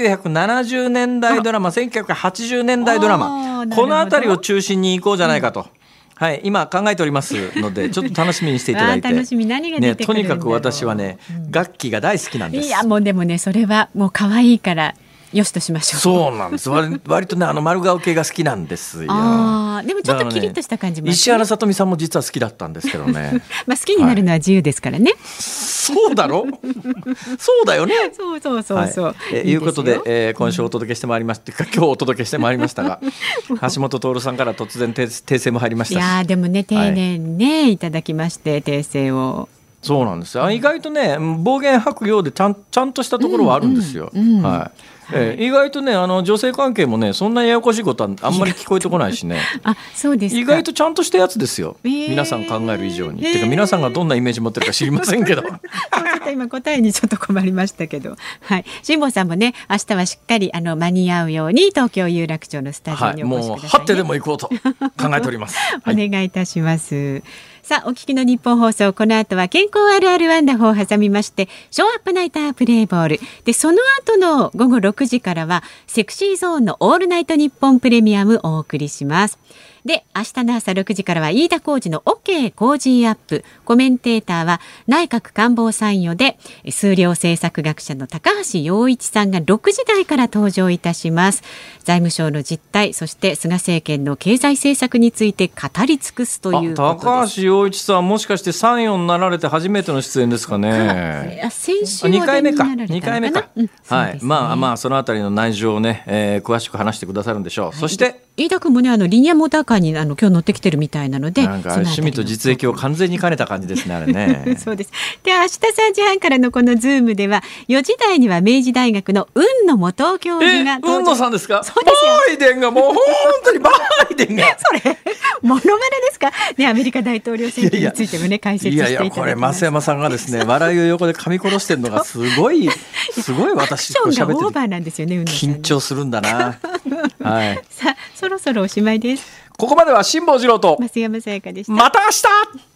1970年代ドラマ、1980年代ドラマ、このあたりを中心に行こうじゃないかと、今考えておりますので、ちょっと楽しみにしていただいて楽しみ、何が出てくるんだろう。 とにかく私はね、楽器が大好きなんです。 いや、もうでもね、それはもう可愛いからよしとしましょう。 そうなんです。割とね、丸顔系が好きなんですよ。 でもちょっとキリッとした感じも、 石原さとみさんも実は好きだったんですけどね好きになるのは自由ですからね、 そうだろそうだよね。 そういうことで、今週お届けしてまいりました今日お届けしてまいりましたが橋本徹さんから突然訂正も入りましたし、 いやでもね、丁寧にね、いただきまして、訂正を。 そうなんですよ。意外とね、暴言吐くようでちゃんとしたところはあるんですよ。意外とね、女性関係もね、そんなややこしいことはあんまり聞こえてこないしねそうですか。 意外とちゃんとしたやつですよ、皆さん考える以上に。てか皆さんがどんなイメージ持ってるか知りませんけどちょっと今答えにちょっと困りましたけど、辛坊さんもね、明日はしっかり間に合うように東京有楽町のスタジオにお越しくださいね。 もう張ってでも行こうと考えておりますお願いいたします。さあ、お聞きの日本放送、この後は健康あるあるワンダホーを挟みましてショーアップナイタープレーボールで、その後の午後6時からはセクシーゾーンのオールナイトニッポンプレミアムをお送りします。で、明日の朝6時からは飯田浩司の OK 工事アップ。コメンテーターは内閣官房参与で数量政策学者の高橋洋一さんが6時台から登場いたします。財務省の実態、そして菅政権の経済政策について語り尽くすということです。 高橋洋一さん、もしかして3、4になられて初めての出演ですかね。 先週は 2回目か、そのあたりの内情をね、詳しく話してくださるんでしょう。そして飯田君もね、リニアモーターカーに今日乗ってきてるみたいなので、 なんか趣味と実益を完全に兼ねた感じですね、あれねそうです。で、明日3時半からのこのズームでは4時台には明治大学の雲野元教授が登場。 雲野さんですか。 そうですよ。 バイデンがもう本当にバイデンがそれモノマネですかね。アメリカ大統領選挙についてもね、解説していただきます。 これ増山さんがですね、笑いを横で噛み殺してるのがすごい私ショーがオーバーなんですよね。 緊張するんだなさあ、そろそろおしまいです。 ここまでは辛坊治郎と増山さやかでした。 また明日。